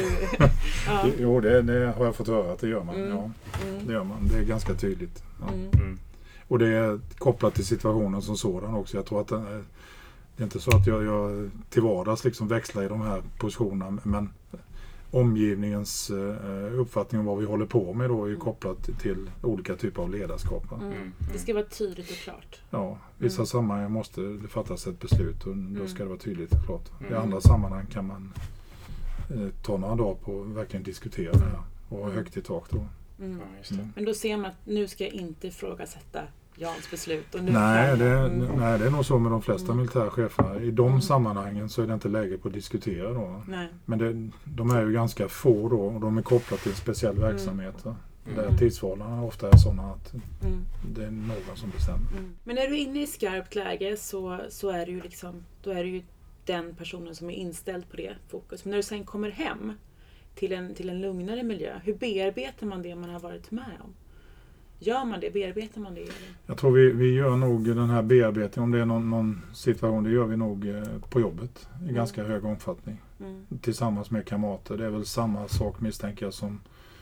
Det- du, ja. Jo, det, det har jag fått höra att det gör man. Mm. Ja, Mm. det gör man. Det är ganska tydligt. Ja. Mm. mm. Och det är kopplat till situationen som sådan också. Jag tror att den är, det är inte så att jag, jag till vardags liksom växlar i de här positionerna. Men omgivningens eh, uppfattning om vad vi håller på med då är ju kopplat till olika typer av ledarskap. Va? Mm. Mm. Det ska vara tydligt och klart. Ja, vissa Mm. sammanhang måste det fattas ett beslut och då Mm. ska det vara tydligt och klart. I Mm. andra sammanhang kan man eh, ta några dagar på att verkligen diskutera det här och ha Mm. högt i tak då. Mm. Ja, just det. Mm. Men då ser man att nu ska jag inte ifrågasätta Jans beslut. Och nu Nej kan det, jag- mm. nej, det är nog så med de flesta Mm. militära cheferna. I de Mm. sammanhangen så är det inte läge på att diskutera då. Nej. Men det, de är ju ganska få då och de är kopplade till en speciell Mm. verksamhet. Va? Mm. Där tidsförhållandena ofta är sådana att Mm. det är någon som bestämmer. Mm. Men när du är inne i skarpt läge så, så är det ju liksom, då är det ju den personen som är inställd på det fokus. Men när du sen kommer hem till en, till en lugnare miljö, hur bearbetar man det man har varit med om? Gör man det? Bearbetar man det? Eller? Jag tror vi, vi gör nog den här bearbetningen, om det är någon, någon situation, det gör vi nog eh, på jobbet i Mm. ganska hög omfattning. Mm. Tillsammans med kamrater. Det är väl samma sak misstänker jag som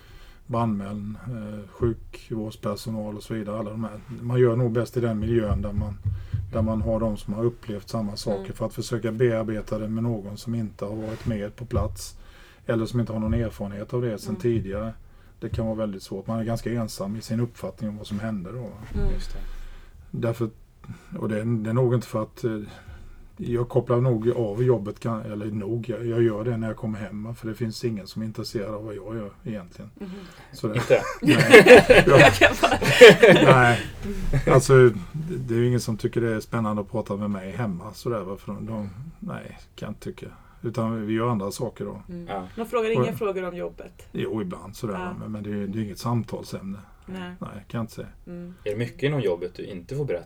brandmän, eh, sjukvårdspersonal och så vidare. Alla de här. Man gör nog bäst i den miljön där man, där man har de som har upplevt samma saker Mm. för att försöka bearbeta det med någon som inte har varit med på plats eller som inte har någon erfarenhet av det sedan Mm. tidigare. Det kan vara väldigt svårt. Man är ganska ensam i sin uppfattning om vad som händer då. Mm. Just det. Därför, och det är, det är nog inte för att eh, jag kopplar nog av jobbet, kan, eller nog, jag, jag gör det när jag kommer hem för det finns ingen som är intresserad av vad jag gör egentligen. Mhm. Så det, Inte? nej, jag, Jag kan bara... nej, alltså det, det är ju ingen som tycker det är spännande att prata med mig hemma sådär, varför de, de, nej, kan inte tycka. Utan vi gör andra saker då. Mm. Ja. Man frågar inga Och- frågor om jobbet. Jo, ibland sådär, Ja. men, men det, är, det är inget samtalsämne. Nej. Nej, kan jag inte säga. Mm. Är det mycket inom jobbet du inte får berätta?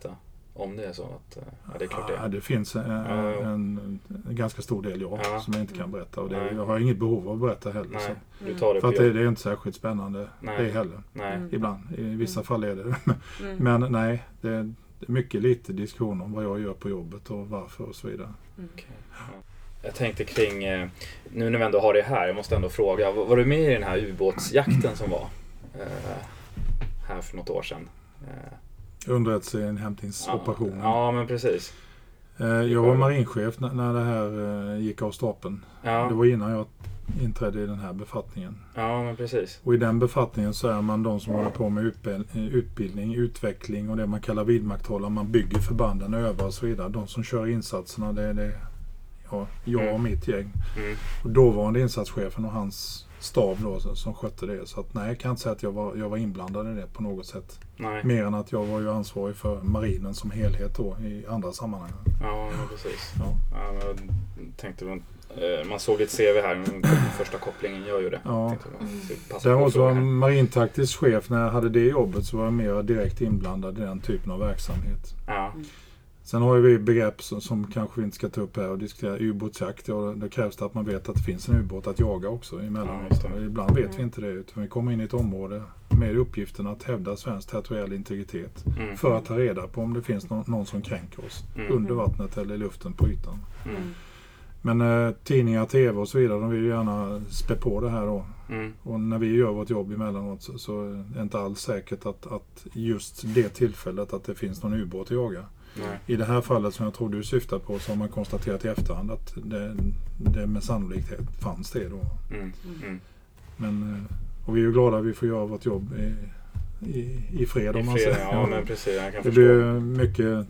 om det är så att ja, det är klart det. Ja, det finns en, ja, ja. en, en ganska stor del ja, ja. som jag inte kan berätta. Och det, Nej. jag har inget behov av att berätta heller. Nej, Så. du tar det För att på det, det är inte särskilt spännande Nej. det heller. Nej. Mm. Ibland. I vissa Mm. fall är det. Mm. Men nej, det är mycket lite diskussion om vad jag gör på jobbet och varför och så vidare. Mm. Okay. Ja. Jag tänkte kring, nu när vi ändå har det här, jag måste ändå fråga, var, var du med i den här ubåtsjakten som var eh, här för något år sedan? Eh, Underrättelseinhämtningsoperationen. Ja, ja, men precis. Eh, jag var marinchef när, när det här eh, gick av stapeln. Ja. Det var innan jag inträdde i den här befattningen. Ja, men precis. Och i den befattningen så är man de som håller på med utbildning, utveckling och det man kallar vidmakthålla. Man bygger förbanden, övar och så vidare. De som kör insatserna, det är det, ja, jag och Mm. mitt gäng. Mm. Och dåvarande insatschefen och hans stab då, som skötte det. Så att, nej, jag kan inte säga att jag var, jag var inblandad i det på något sätt. Nej. Mer än att jag var ju ansvarig för marinen som helhet då i andra sammanhang. Ja, men precis. Ja. Ja, men jag tänkte, eh, man såg ditt C V här, den första kopplingen gör ju det. Ja. Tänkte, passa på Däremot att fråga var här. marintaktisk chef, när jag hade det jobbet så var jag mer direkt inblandad i den typen av verksamhet. Ja. Sen har ju vi begrepp som, som kanske vi inte ska ta upp här och diskutera ubåtsjakt. Ja, det krävs det att man vet att det finns en ubåt att jaga också emellanåt. Ja, just det. Ibland vet Mm. vi inte det, utan vi kommer in i ett område med uppgiften att hävda svensk territoriell integritet Mm. för att ta reda på om det finns någon, någon som kränker oss Mm. under vattnet eller i luften på ytan. Mm. Men eh, tidningar, tv och så vidare, de vill ju gärna spä på det här då. Mm. Och när vi gör vårt jobb emellanåt så, så är det inte alls säkert att, att just det tillfället att det finns någon ubåt att jaga. Nej. I det här fallet som jag tror du syftar på så har man konstaterat i efterhand att det, det med sannolikhet fanns det då. Mm. Mm. Men, eh, och vi är ju glada att vi får göra vårt jobb i, i, i fred om I man fred, säger. ja, men precis, jag kan Det förstå. blir mycket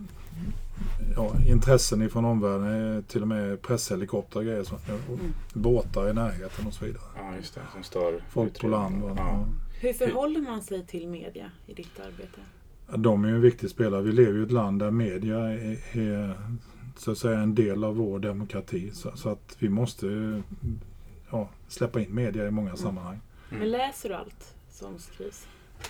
ja, intressen ifrån omvärlden, till och med presshelikopter och grejer, så, och båtar i närheten och så vidare. Ja, just det, som stör Folk på land. Och, Ja. ja. Hur förhåller man sig till media i ditt arbete? De är ju en viktig spelare. Vi lever ju i ett land där media är, är så att säga en del av vår demokrati. Så, så att vi måste ja, släppa in media i många sammanhang. Mm. Men läser du allt som skrivs?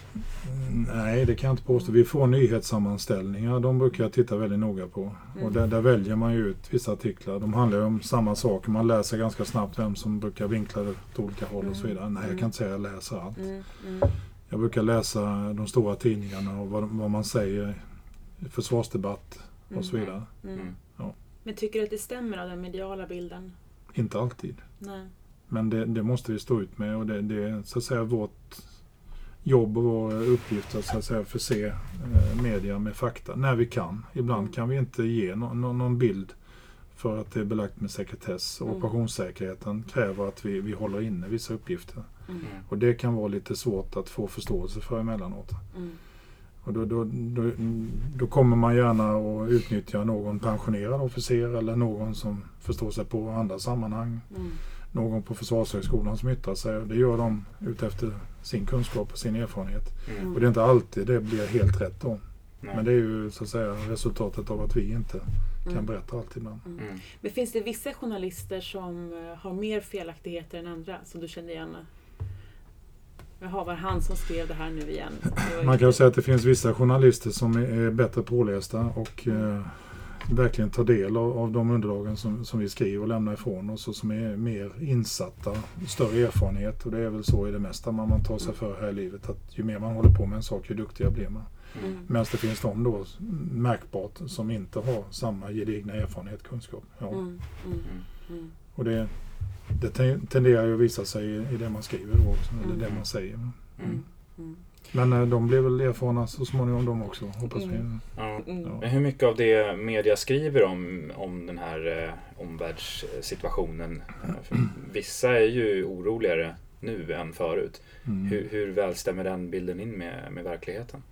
Nej, det kan jag inte påstå. Vi får nyhetssammanställningar. De brukar jag titta väldigt noga på. Mm. Och där, där väljer man ju ut vissa artiklar. De handlar ju om samma saker. Man läser ganska snabbt vem som brukar vinkla det åt olika håll och så vidare. Nej, jag kan inte säga att jag läser allt. Mm. Mm. Jag brukar läsa de stora tidningarna och vad, vad man säger i försvarsdebatt och så vidare. Mm. Mm. Ja. Men tycker du att det stämmer av den mediala bilden? Inte alltid. Nej. Men det, det måste vi stå ut med och det, det är så att säga vårt jobb och vår uppgift att, så att säga, förse eh, media med fakta när vi kan. Ibland Mm. kan vi inte ge no, no, någon bild för att det är belagt med sekretess. Mm. Operationssäkerheten kräver att vi, vi håller inne vissa uppgifter. Mm. Mm. Och det kan vara lite svårt att få förståelse för emellanåt. Mm. Och då, då, då, då kommer man gärna att utnyttja någon pensionerad officer eller någon som förstår sig på andra sammanhang. Mm. Någon på Försvarshögskolan som yttrar sig. Det gör de utefter sin kunskap och sin erfarenhet. Mm. Och det är inte alltid det blir helt rätt då. Nej. Men det är ju så att säga resultatet av att vi inte kan Mm. berätta allt ibland. Mm. Men finns det vissa journalister som eh, har mer felaktigheter än andra som du känner igen? Jaha, var han som skrev det här nu igen? Det var Man ju- kan ju säga att det finns vissa journalister som är bättre pålästa och eh, verkligen tar del av, av de underlagen som, som vi skriver och lämnar ifrån oss och som är mer insatta, större erfarenhet. Och det är väl så i det mesta man, man tar sig för här i livet, att ju mer man håller på med en sak, ju duktigare blir man. Mm. Medan det finns de då märkbart som inte har samma gedigna erfarenhet, kunskap. Ja. Mm. Mm. Mm. Och det, det te- tenderar ju att visa sig i, i det man skriver då också, eller Mm. det man säger. Mm. Mm. Men eh, de blir väl erfarna så småningom de också, hoppas vi. Mm. Ja. Mm. Ja. Men hur mycket av det media skriver om, om den här eh, omvärldssituationen? Eh, för vissa är ju oroligare nu än förut. Mm. Hur, hur väl stämmer den bilden in med, med verkligheten?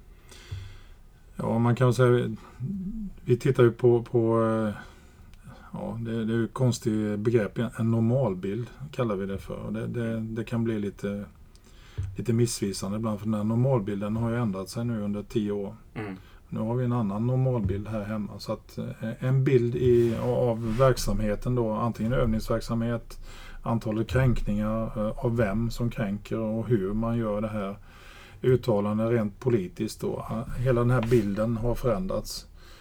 Ja, man kan säga, vi tittar ju på, på eh, ja, det, det är ju ett konstigt begrepp, en normalbild kallar vi det för. Och det, det, det kan bli lite, lite missvisande ibland, för den här normalbilden har ju ändrat sig nu under tio år. Mm. Nu har vi en annan normalbild här hemma, så att eh, en bild i, av verksamheten då, antingen övningsverksamhet, antalet kränkningar, eh, av vem som kränker och hur man gör det här, uttalanden rent politiskt då. Hela den här bilden har förändrats.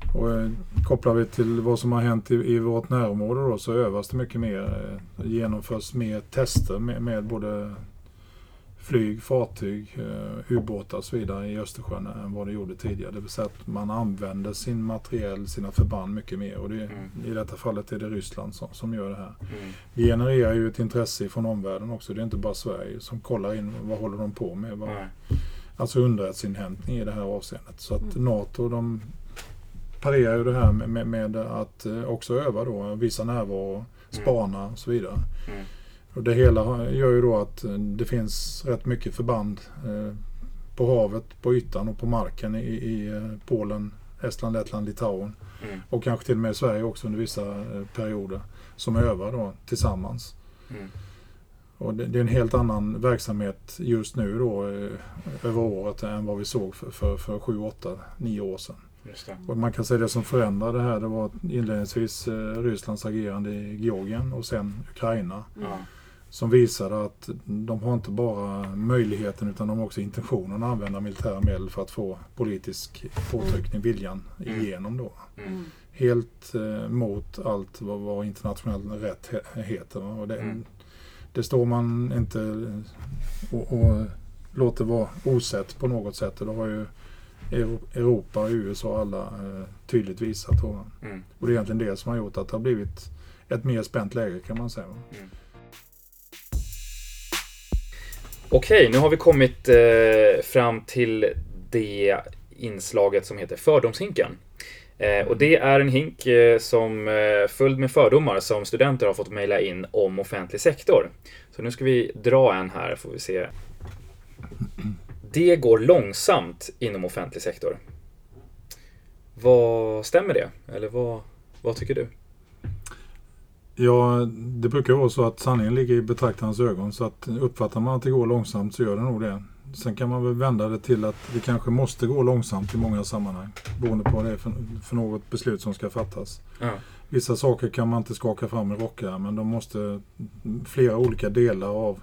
Och eh, kopplar vi till vad som har hänt i, i vårt närområde då, så övas det mycket mer. Eh, genomförs mer tester med, med både flyg, fartyg, eh, ubåtar och så vidare i Östersjön än vad det gjorde tidigare. Det vill säga att man använder sin materiell, sina förband mycket mer. Och det, mm. i detta fallet är det Ryssland som, som gör det här. Mm. Vi genererar ju ett intresse från omvärlden också. Det är inte bara Sverige som kollar in vad håller de på med. Vad, mm. Alltså underrättelseinhämtning i det här avseendet. Så att mm. NATO, de parerar ju det här med, med, med att också öva då, visa närvaro, spana och så vidare. Mm. Och det hela gör ju då att det finns rätt mycket förband eh, på havet, på ytan och på marken i, i Polen, Estland, Lettland, Litauen mm. och kanske till och med i Sverige också under vissa eh, perioder som övar då tillsammans. Mm. Och det, det är en helt annan verksamhet just nu då eh, över året än vad vi såg för, för, för sju, åtta, nio år sedan. Just det. Och man kan säga det som förändrade det här, det var inledningsvis eh, Rysslands agerande i Georgien och sen Ukraina. Mm. Som visade att de har inte bara möjligheten utan de har också intentionen att använda militära medel för att få politisk påtryckning, viljan mm. igenom då. Mm. Helt eh, mot allt vad, vad internationell rätt he- heter. Och det, mm. det står man inte och, och låter vara osett på något sätt. Och det har ju Europa, U S A och alla eh, tydligt visat. Och, mm. och det är egentligen det som har gjort att det har blivit ett mer spänt läge kan man säga. Mm. Okej, nu har vi kommit eh, fram till det inslaget som heter fördomshinken. Eh, och det är en hink eh, som eh, följd med fördomar som studenter har fått mejla in om offentlig sektor. Så nu ska vi dra en här, får vi se. Det går långsamt inom offentlig sektor. Vad stämmer det? Eller vad, vad tycker du? Ja, det brukar vara så att sanningen ligger i betraktarens ögon, så att uppfattar man att det går långsamt så gör det nog det. Sen kan man väl vända det till att det kanske måste gå långsamt i många sammanhang, beroende på vad det är för, för något beslut som ska fattas. Ja. Vissa saker kan man inte skaka fram med rockar, men de måste flera olika delar av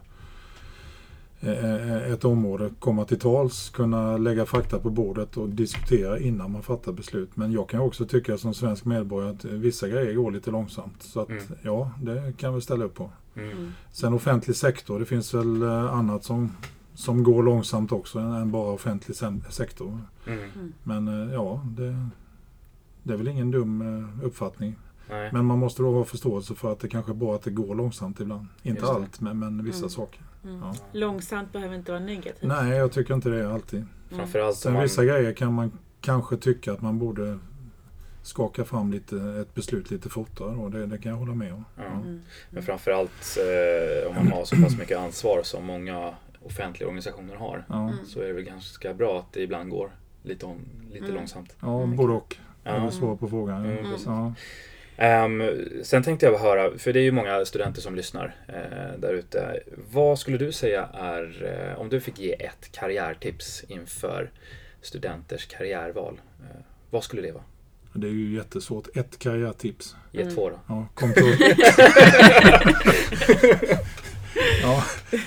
ett område komma till tals, kunna lägga fakta på bordet och diskutera innan man fattar beslut. Men jag kan också tycka som svensk medborgare att vissa grejer går lite långsamt. Så att mm. ja, det kan vi ställa upp på. Mm. Sen offentlig sektor, det finns väl annat som, som går långsamt också än bara offentlig sektor. Mm. Men ja, det, det är väl ingen dum uppfattning. Nej. Men man måste då ha förståelse för att det kanske bara att det går långsamt ibland. Inte allt, men, men vissa mm. saker. Mm. Ja. Långsamt behöver inte vara negativt. Nej, jag tycker inte det alltid. Mm. Framförallt Sen man... vissa grejer kan man kanske tycka att man borde skaka fram lite, ett beslut lite fortare. Och det, det kan jag hålla med om. Ja. Mm. Men framförallt eh, om man har så pass mycket ansvar som många offentliga organisationer har mm. så är det väl ganska bra att det ibland går lite, om, lite mm. långsamt. Ja, både och. Ja. Jag vill svara på frågan. Mm. Mm. Ja. Um, sen tänkte jag höra, för det är ju många studenter som lyssnar eh, där ute. Vad skulle du säga är, eh, om du fick ge ett karriärtips inför studenters karriärval, eh, vad skulle det vara? Det är ju jättesvårt. Ett karriärtips. Ge mm. två då. Ja, kom på. ja.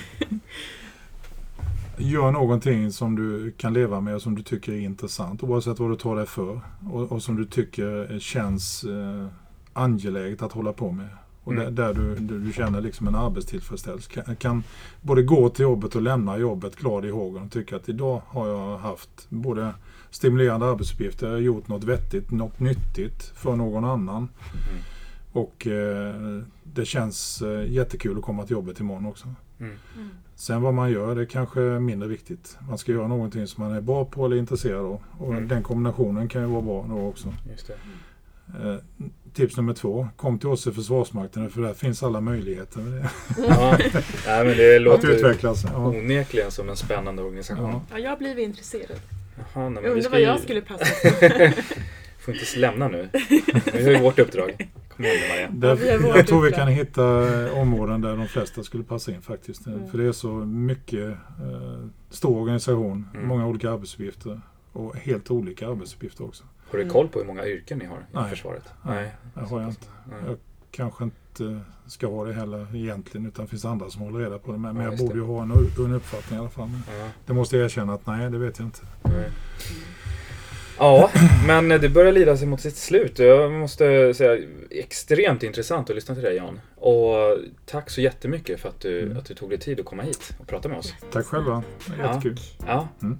Gör någonting som du kan leva med och som du tycker är intressant, oavsett vad du tar det för. Och, och som du tycker känns eh, angeläget att hålla på med. Och mm. där, där du, du, du känner liksom en arbetstillfredsställelse. Kan, kan både gå till jobbet och lämna jobbet glad i hågen och tycka att idag har jag haft både stimulerande arbetsuppgifter, jag har gjort något vettigt, något nyttigt för någon annan. Mm. Och eh, det känns eh, jättekul att komma till jobbet imorgon också. Mm. Mm. Sen vad man gör, det är kanske mindre viktigt. Man ska göra någonting som man är bra på eller intresserad av. Och mm. den kombinationen kan ju vara bra då också. Just det. Eh, tips nummer två, kom till oss i Försvarsmakten, för där finns alla möjligheter med det. Ja, ja men det låter utvecklas, ja. onekligen som en spännande organisation. Ja, ja jag blev intresserad. Jaha, nej, men jag undrar vad ju... jag skulle passa får inte lämna nu. Vi har ju vårt uppdrag. Kom igen Maria. Där, ja, jag tror vi kan hitta områden där de flesta skulle passa in faktiskt. Mm. För det är så mycket eh, stor organisation, mm. många olika arbetsuppgifter och helt olika arbetsuppgifter också. Har du koll på hur många yrken ni har i Nej. försvaret? Nej, det har jag inte. Nej. Jag kanske inte ska ha det heller egentligen, utan det finns andra som håller reda på det. Men, ja, men jag borde ju ha en, en uppfattning i alla fall. Men ja. Det måste jag erkänna att nej, det vet jag inte. Mm. Ja, men det börjar lida sig mot sitt slut. Jag måste säga extremt intressant att lyssna till dig, Jan. Och tack så jättemycket för att du, mm. att du tog dig tid att komma hit och prata med oss. Tack själva, det är jättekul. Ja. Mm.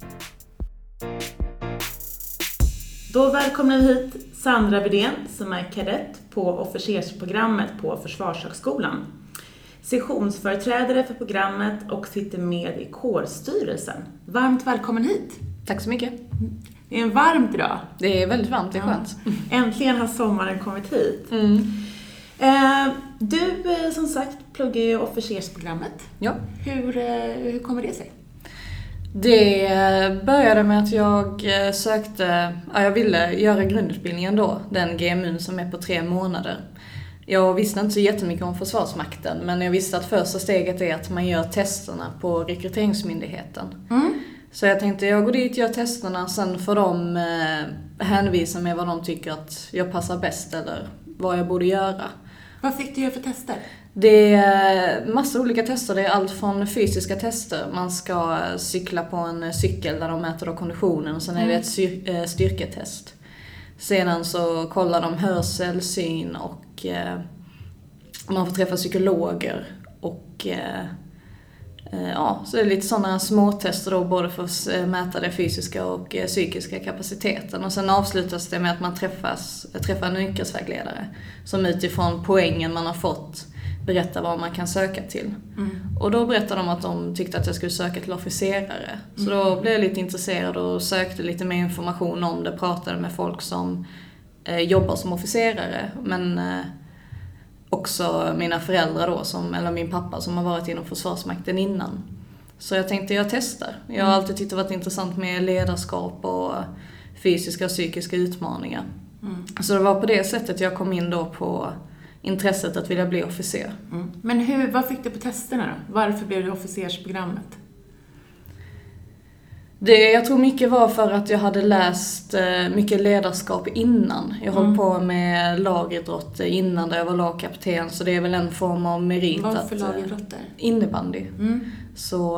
Då välkomnar vi hit Sandra Widén som är kadett på officersprogrammet på Försvarshögskolan. Sektionsföreträdare för programmet och sitter med i kårstyrelsen. Varmt välkommen hit. Tack så mycket. Det är en varmt idag. Det är väldigt varmt, det är skönt. Ja. Äntligen har sommaren kommit hit. Mm. Eh, du som sagt pluggar ju officersprogrammet. Ja. Hur, hur kommer det sig? Det började med att jag sökte, ja, jag ville göra grundutbildningen då, den G M U som är på tre månader. Jag visste inte så jättemycket om Försvarsmakten, men jag visste att första steget är att man gör testerna på rekryteringsmyndigheten. Mm. Så jag tänkte jag går dit, gör testerna, sen får de eh, hänvisa mig vad de tycker att jag passar bäst eller vad jag borde göra. Vad fick du göra för tester? Det är massa olika tester. Det är allt från fysiska tester. Man ska cykla på en cykel där de mäter då konditionen. Och sen är det ett styr- styrketest. Sedan så kollar de hörsel, syn och eh, man får träffa psykologer. Och eh, ja, så är det lite sådana små tester då, både för att mäta den fysiska och eh, psykiska kapaciteten. Och sen avslutas det med att man träffas, träffar en yrkesvägledare som utifrån poängen man har fått berätta vad man kan söka till. Mm. Och då berättade de att de tyckte att jag skulle söka till officerare. Så mm. då blev jag lite intresserad och sökte lite mer information om det. Pratade med folk som eh, jobbar som officerare. Men eh, också mina föräldrar då, som, eller min pappa som har varit inom Försvarsmakten innan. Så jag tänkte jag testar. Jag har alltid tyckt det varit intressant med ledarskap och fysiska och psykiska utmaningar. Mm. Så det var på det sättet jag kom in då på intresset att vilja bli officer. Mm. Men hur, vad fick du på testerna då? Varför blev du officersprogrammet? Det, jag tror mycket var för att jag hade läst mycket ledarskap innan. Jag mm. höll på med lagidrott innan där jag var lagkapten, så det är väl en form av merit. Vad för lagidrotter? Innebandy. Mm. Så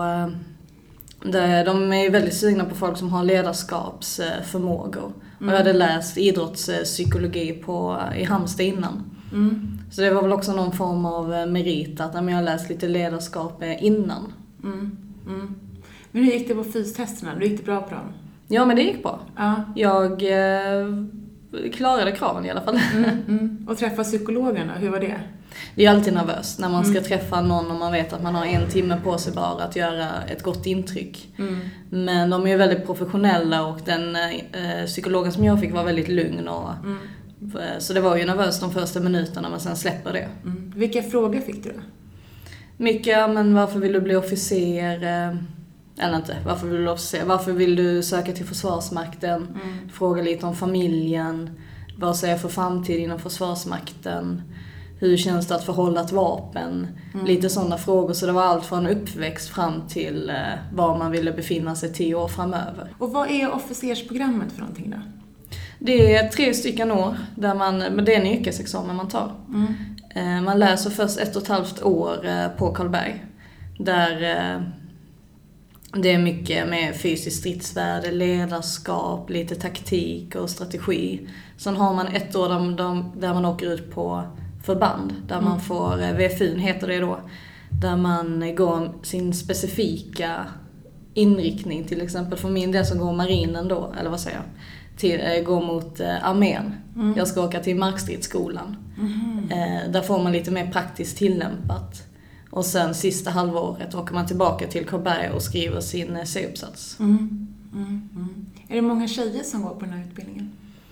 det, de är väldigt sugna på folk som har ledarskapsförmågor. Mm. Och jag hade läst idrottspsykologi på, i Halmstad innan. Mm. Så det var väl också någon form av merit att jag har läst lite ledarskap innan. Mm. Mm. Men hur gick det på fystesterna? Du gick det bra på dem? Ja, men det gick bra. Ja. Jag eh, klarade kraven i alla fall. Mm. Mm. Och träffa psykologerna, hur var det? Det är alltid nervöst när man ska mm. träffa någon och man vet att man har en timme på sig bara att göra ett gott intryck. Mm. Men de är ju väldigt professionella och den eh, psykologen som jag fick var väldigt lugn. Och, mm. Så det var ju nervöst de första minuterna, men sen släpper det. Mm. Vilka frågor fick du då? Mycket, men varför vill du bli officer? Eller inte, varför vill du bli officer? Varför vill du söka till Försvarsmakten? Mm. Fråga lite om familjen. Vad säger jag för framtid inom Försvarsmakten? Hur känns det att förhålla ett vapen? Mm. Lite sådana frågor. Så det var allt från uppväxt fram till eh, var man ville befinna sig tio år framöver. Och vad är officersprogrammet för någonting då? Det är tre stycken år. Där man, men det är en yrkesexamen man tar. Mm. Eh, man läser först ett och ett halvt år eh, på Karlberg. Där eh, det är mycket med fysiskt stridsvärde, ledarskap, lite taktik och strategi. Sen har man ett år där, de, där man åker ut på förband. Där mm. man får, V F U heter det då. Där man går sin specifika inriktning. Till exempel för min del som går marinen då, eller vad säger jag? Till, äh, går mot äh, armén. Mm. Jag ska åka till markstridsskolan. Mm. Äh, där får man lite mer praktiskt tillämpat. Och sen sista halvåret åker man tillbaka till Karlberg och skriver sin C-uppsats. Mm. Mm. Mm. Är det många tjejer som går på den här utbildningen?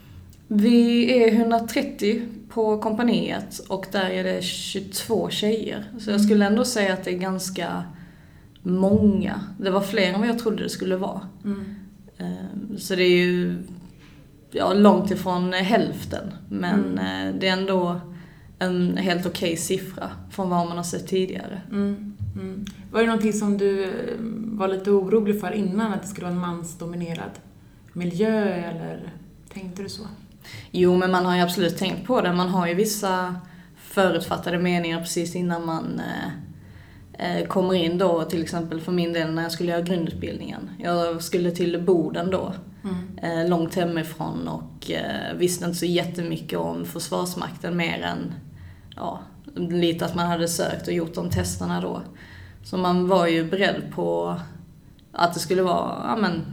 Vi är hundratrettio på kompaniet och där är det tjugotvå tjejer. Så jag skulle ändå säga att det är ganska många. Det var fler än vad jag trodde det skulle vara. Mm. Så det är ju ja, långt ifrån hälften. Men mm. det är ändå en helt okej siffra från vad man har sett tidigare. Mm. Mm. Var det någonting som du var lite orolig för innan? Att det skulle vara en mansdominerad miljö eller tänkte du så? Jo, men man har ju absolut tänkt på det. Man har ju vissa förutfattade meningar precis innan man eh, kommer in då. Till exempel för min del när jag skulle göra grundutbildningen. Jag skulle till Boden då. Mm. Långt hemifrån och visste inte så jättemycket om Försvarsmakten mer än ja, lite att man hade sökt och gjort de testerna då. Så man var ju beredd på att det skulle vara, ja men,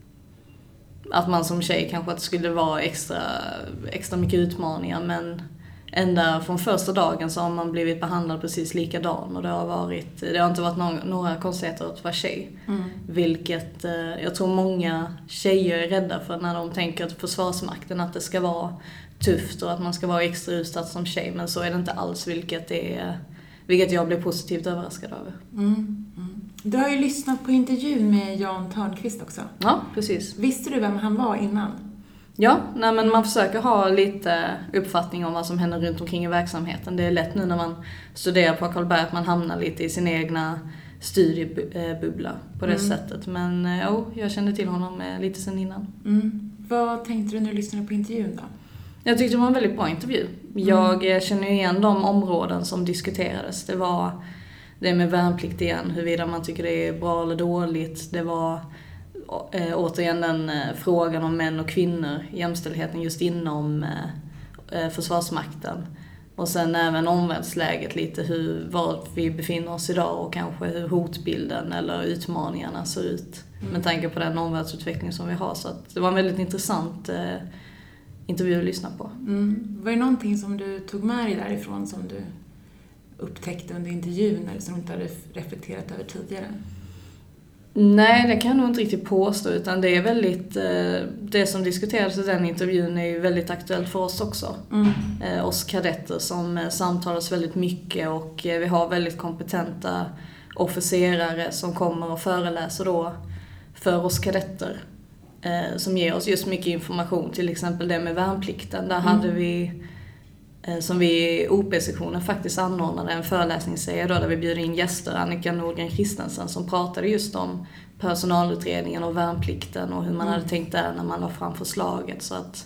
att man som tjej kanske att det skulle vara extra, extra mycket utmaningar, men ända från första dagen så har man blivit behandlad precis likadan och det har varit, det har inte varit några, några konstigheter att vara tjej. Mm. Vilket eh, jag tror många tjejer är rädda för när de tänker att Försvarsmakten, att det ska vara tufft och att man ska vara extra utsatt som tjej, men så är det inte alls, vilket, är, vilket jag blev positivt överraskad över. Mm. Mm. Du har ju lyssnat på intervjun med Jan Törnqvist också. Ja, precis. Visste du vem han var innan? Ja, nej, men man försöker ha lite uppfattning om vad som händer runt omkring i verksamheten. Det är lätt nu när man studerar på Karlberg att man hamnar lite i sin egna studiebubbla på det mm. sättet. Men ja, jag kände till honom lite sen innan. Mm. Vad tänkte du när du lyssnade på intervjun då? Jag tyckte det var en väldigt bra intervju. Jag mm. känner igen de områden som diskuterades. Det var det med värnplikt igen, huruvida man tycker det är bra eller dåligt. Det var äh, återigen den äh, frågan om män och kvinnor, jämställdheten just inom äh, Försvarsmakten. Och sen även omvärldsläget, lite hur, var vi befinner oss idag och kanske hur hotbilden eller utmaningarna ser ut. Mm. Med tanke på den omvärldsutveckling som vi har. Så att det var en väldigt intressant äh, intervju att lyssna på. Mm. Var det någonting som du tog med dig därifrån som du upptäckte under intervjun eller som du inte hade reflekterat över tidigare? Nej, det kan jag nog inte riktigt påstå, utan det är väldigt, det som diskuterades i den intervjun är ju väldigt aktuellt för oss också. Mm. Oss kadetter som samtalas väldigt mycket och vi har väldigt kompetenta officerare som kommer och föreläser då för oss kadetter. Som ger oss just mycket information, till exempel det med värnplikten. Där mm. hade vi, som vi i O P-sektionen faktiskt anordnade en föreläsningsserie då, där vi bjöd in gäster, Annika Nordgren Christensen, som pratade just om personalutredningen och värnplikten och hur man mm. hade tänkt där när man la fram förslaget. Så att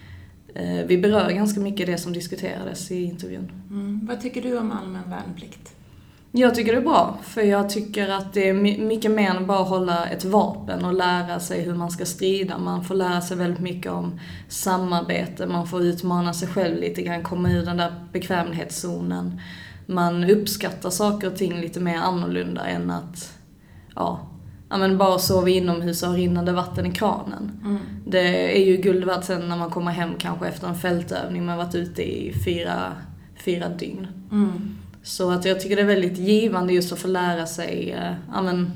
eh, vi berör ganska mycket det som diskuterades i intervjun. Mm. Vad tycker du om allmän värnplikt? Jag tycker det är bra, för jag tycker att det är mycket mer än bara hålla ett vapen och lära sig hur man ska strida. Man får lära sig väldigt mycket om samarbete, man får utmana sig själv lite grann, komma ur den där bekvämlighetszonen. Man uppskattar saker och ting lite mer annorlunda än att ja, ja men bara sova inomhus och ha rinnande vatten i kranen. Mm. Det är ju guld värt sen när man kommer hem kanske efter en fältövning, man har varit ute i fyra, fyra dygn. Mm. Så att jag tycker det är väldigt givande just att få lära sig eh, ja, men,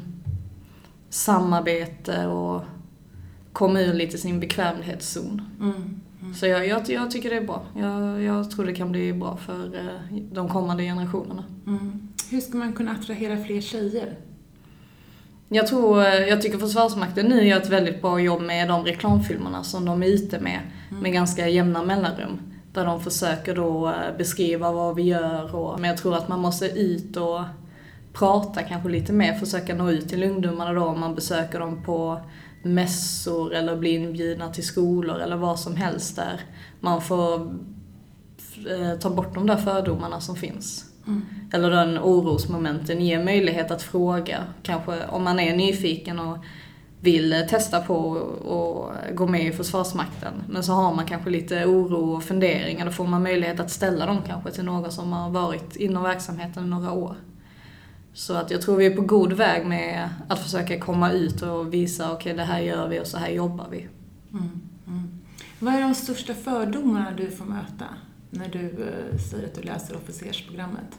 samarbete och komma ur lite sin bekvämlighetszon. Mm, mm. Så jag, jag, jag tycker det är bra. Jag, jag tror det kan bli bra för eh, de kommande generationerna. Mm. Hur ska man kunna attrahera fler tjejer? Jag tror, jag tycker Försvarsmakten nu gör ett väldigt bra jobb med de reklamfilmerna som de är ute med, mm. med ganska jämna mellanrum. Där de försöker då beskriva vad vi gör. Och, men jag tror att man måste ut och prata kanske lite mer. Försöka nå ut till ungdomarna då. Om man besöker dem på mässor eller blir inbjudna till skolor eller vad som helst där. Man får eh, ta bort de där fördomarna som finns. Mm. Eller den orosmomenten. Ge möjlighet att fråga. Kanske om man är nyfiken och vill testa på och gå med i Försvarsmakten. Men så har man kanske lite oro och funderingar. Då får man möjlighet att ställa dem kanske till någon som har varit inom verksamheten några år. Så att jag tror vi är på god väg med att försöka komma ut och visa okej, okay, det här gör vi och så här jobbar vi. Mm, mm. Vad är de största fördomarna du får möta när du uh, säger att du läser officersprogrammet?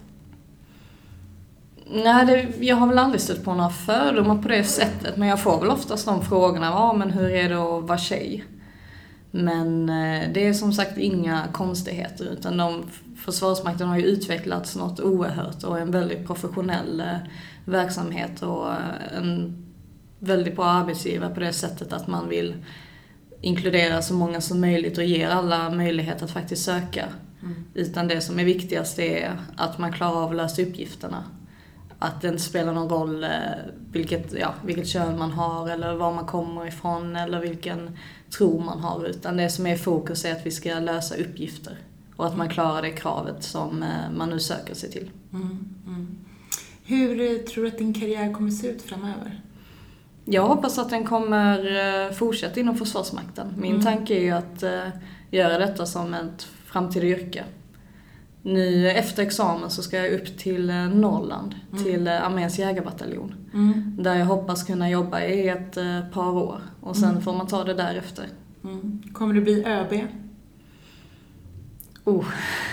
Nej, det, jag har väl aldrig stött på några fördomar på det sättet. Men jag får väl oftast de frågorna. Ja, men hur är det att vara tjej? Men det är som sagt inga konstigheter. Utan de, Försvarsmakten har ju utvecklats något oerhört. Och en väldigt professionell verksamhet. Och en väldigt bra arbetsgivare på det sättet att man vill inkludera så många som möjligt. Och ge alla möjlighet att faktiskt söka. Mm. Utan det som är viktigast är att man klarar av att lösa uppgifterna. Att det inte spelar någon roll vilket, ja, vilket kön man har eller var man kommer ifrån eller vilken tro man har. Utan det som är fokus är att vi ska lösa uppgifter och att man klarar det kravet som man nu söker sig till. Mm, mm. Hur tror du att din karriär kommer se ut framöver? Jag hoppas att den kommer fortsätta inom Försvarsmakten. Min mm. tanke är ju att uh, göra detta som ett framtida yrke. Nu efter examen så ska jag upp till uh, Norrland, mm. till uh, Arméns jägarbataljon. Mm. Där jag hoppas kunna jobba i ett uh, par år. Och sen mm. får man ta det därefter. Mm. Kommer du bli ÖB? Oh.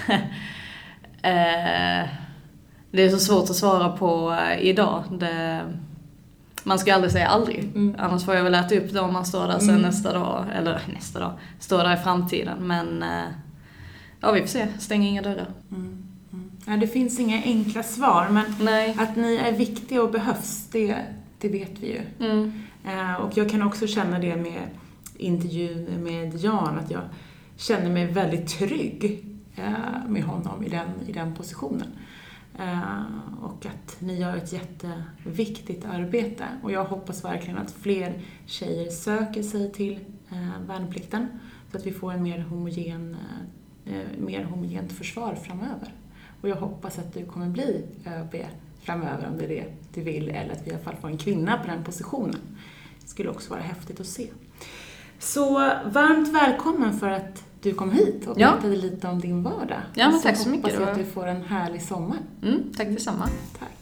eh, det är så svårt att svara på uh, idag. Det... Man ska aldrig säga aldrig. Mm. Annars får jag väl äta upp det om man står där sen mm. nästa dag. Eller nästa dag. Står där i framtiden. Men ja, vi får se. Stäng inga dörrar. Mm. Mm. Ja, det finns inga enkla svar. Men Nej. Att ni är viktiga och behövs, det, det vet vi ju. Mm. Uh, och jag kan också känna det med intervjun med Jan. Att jag känner mig väldigt trygg uh, med honom i den, i den positionen. Uh, och att ni gör ett jätteviktigt arbete. Och jag hoppas verkligen att fler tjejer söker sig till uh, värnplikten. Så att vi får en mer homogen, uh, mer homogent försvar framöver. Och jag hoppas att du kommer bli ÖB framöver om det är det du vill. Eller att vi i alla fall får en kvinna på den positionen. Det skulle också vara häftigt att se. Så varmt välkommen för att du kom hit och berättade ja. lite om din vardag. Ja, men tack så mycket. Jag hoppas att du får en härlig sommar. Mm, tack detsamma. Tack.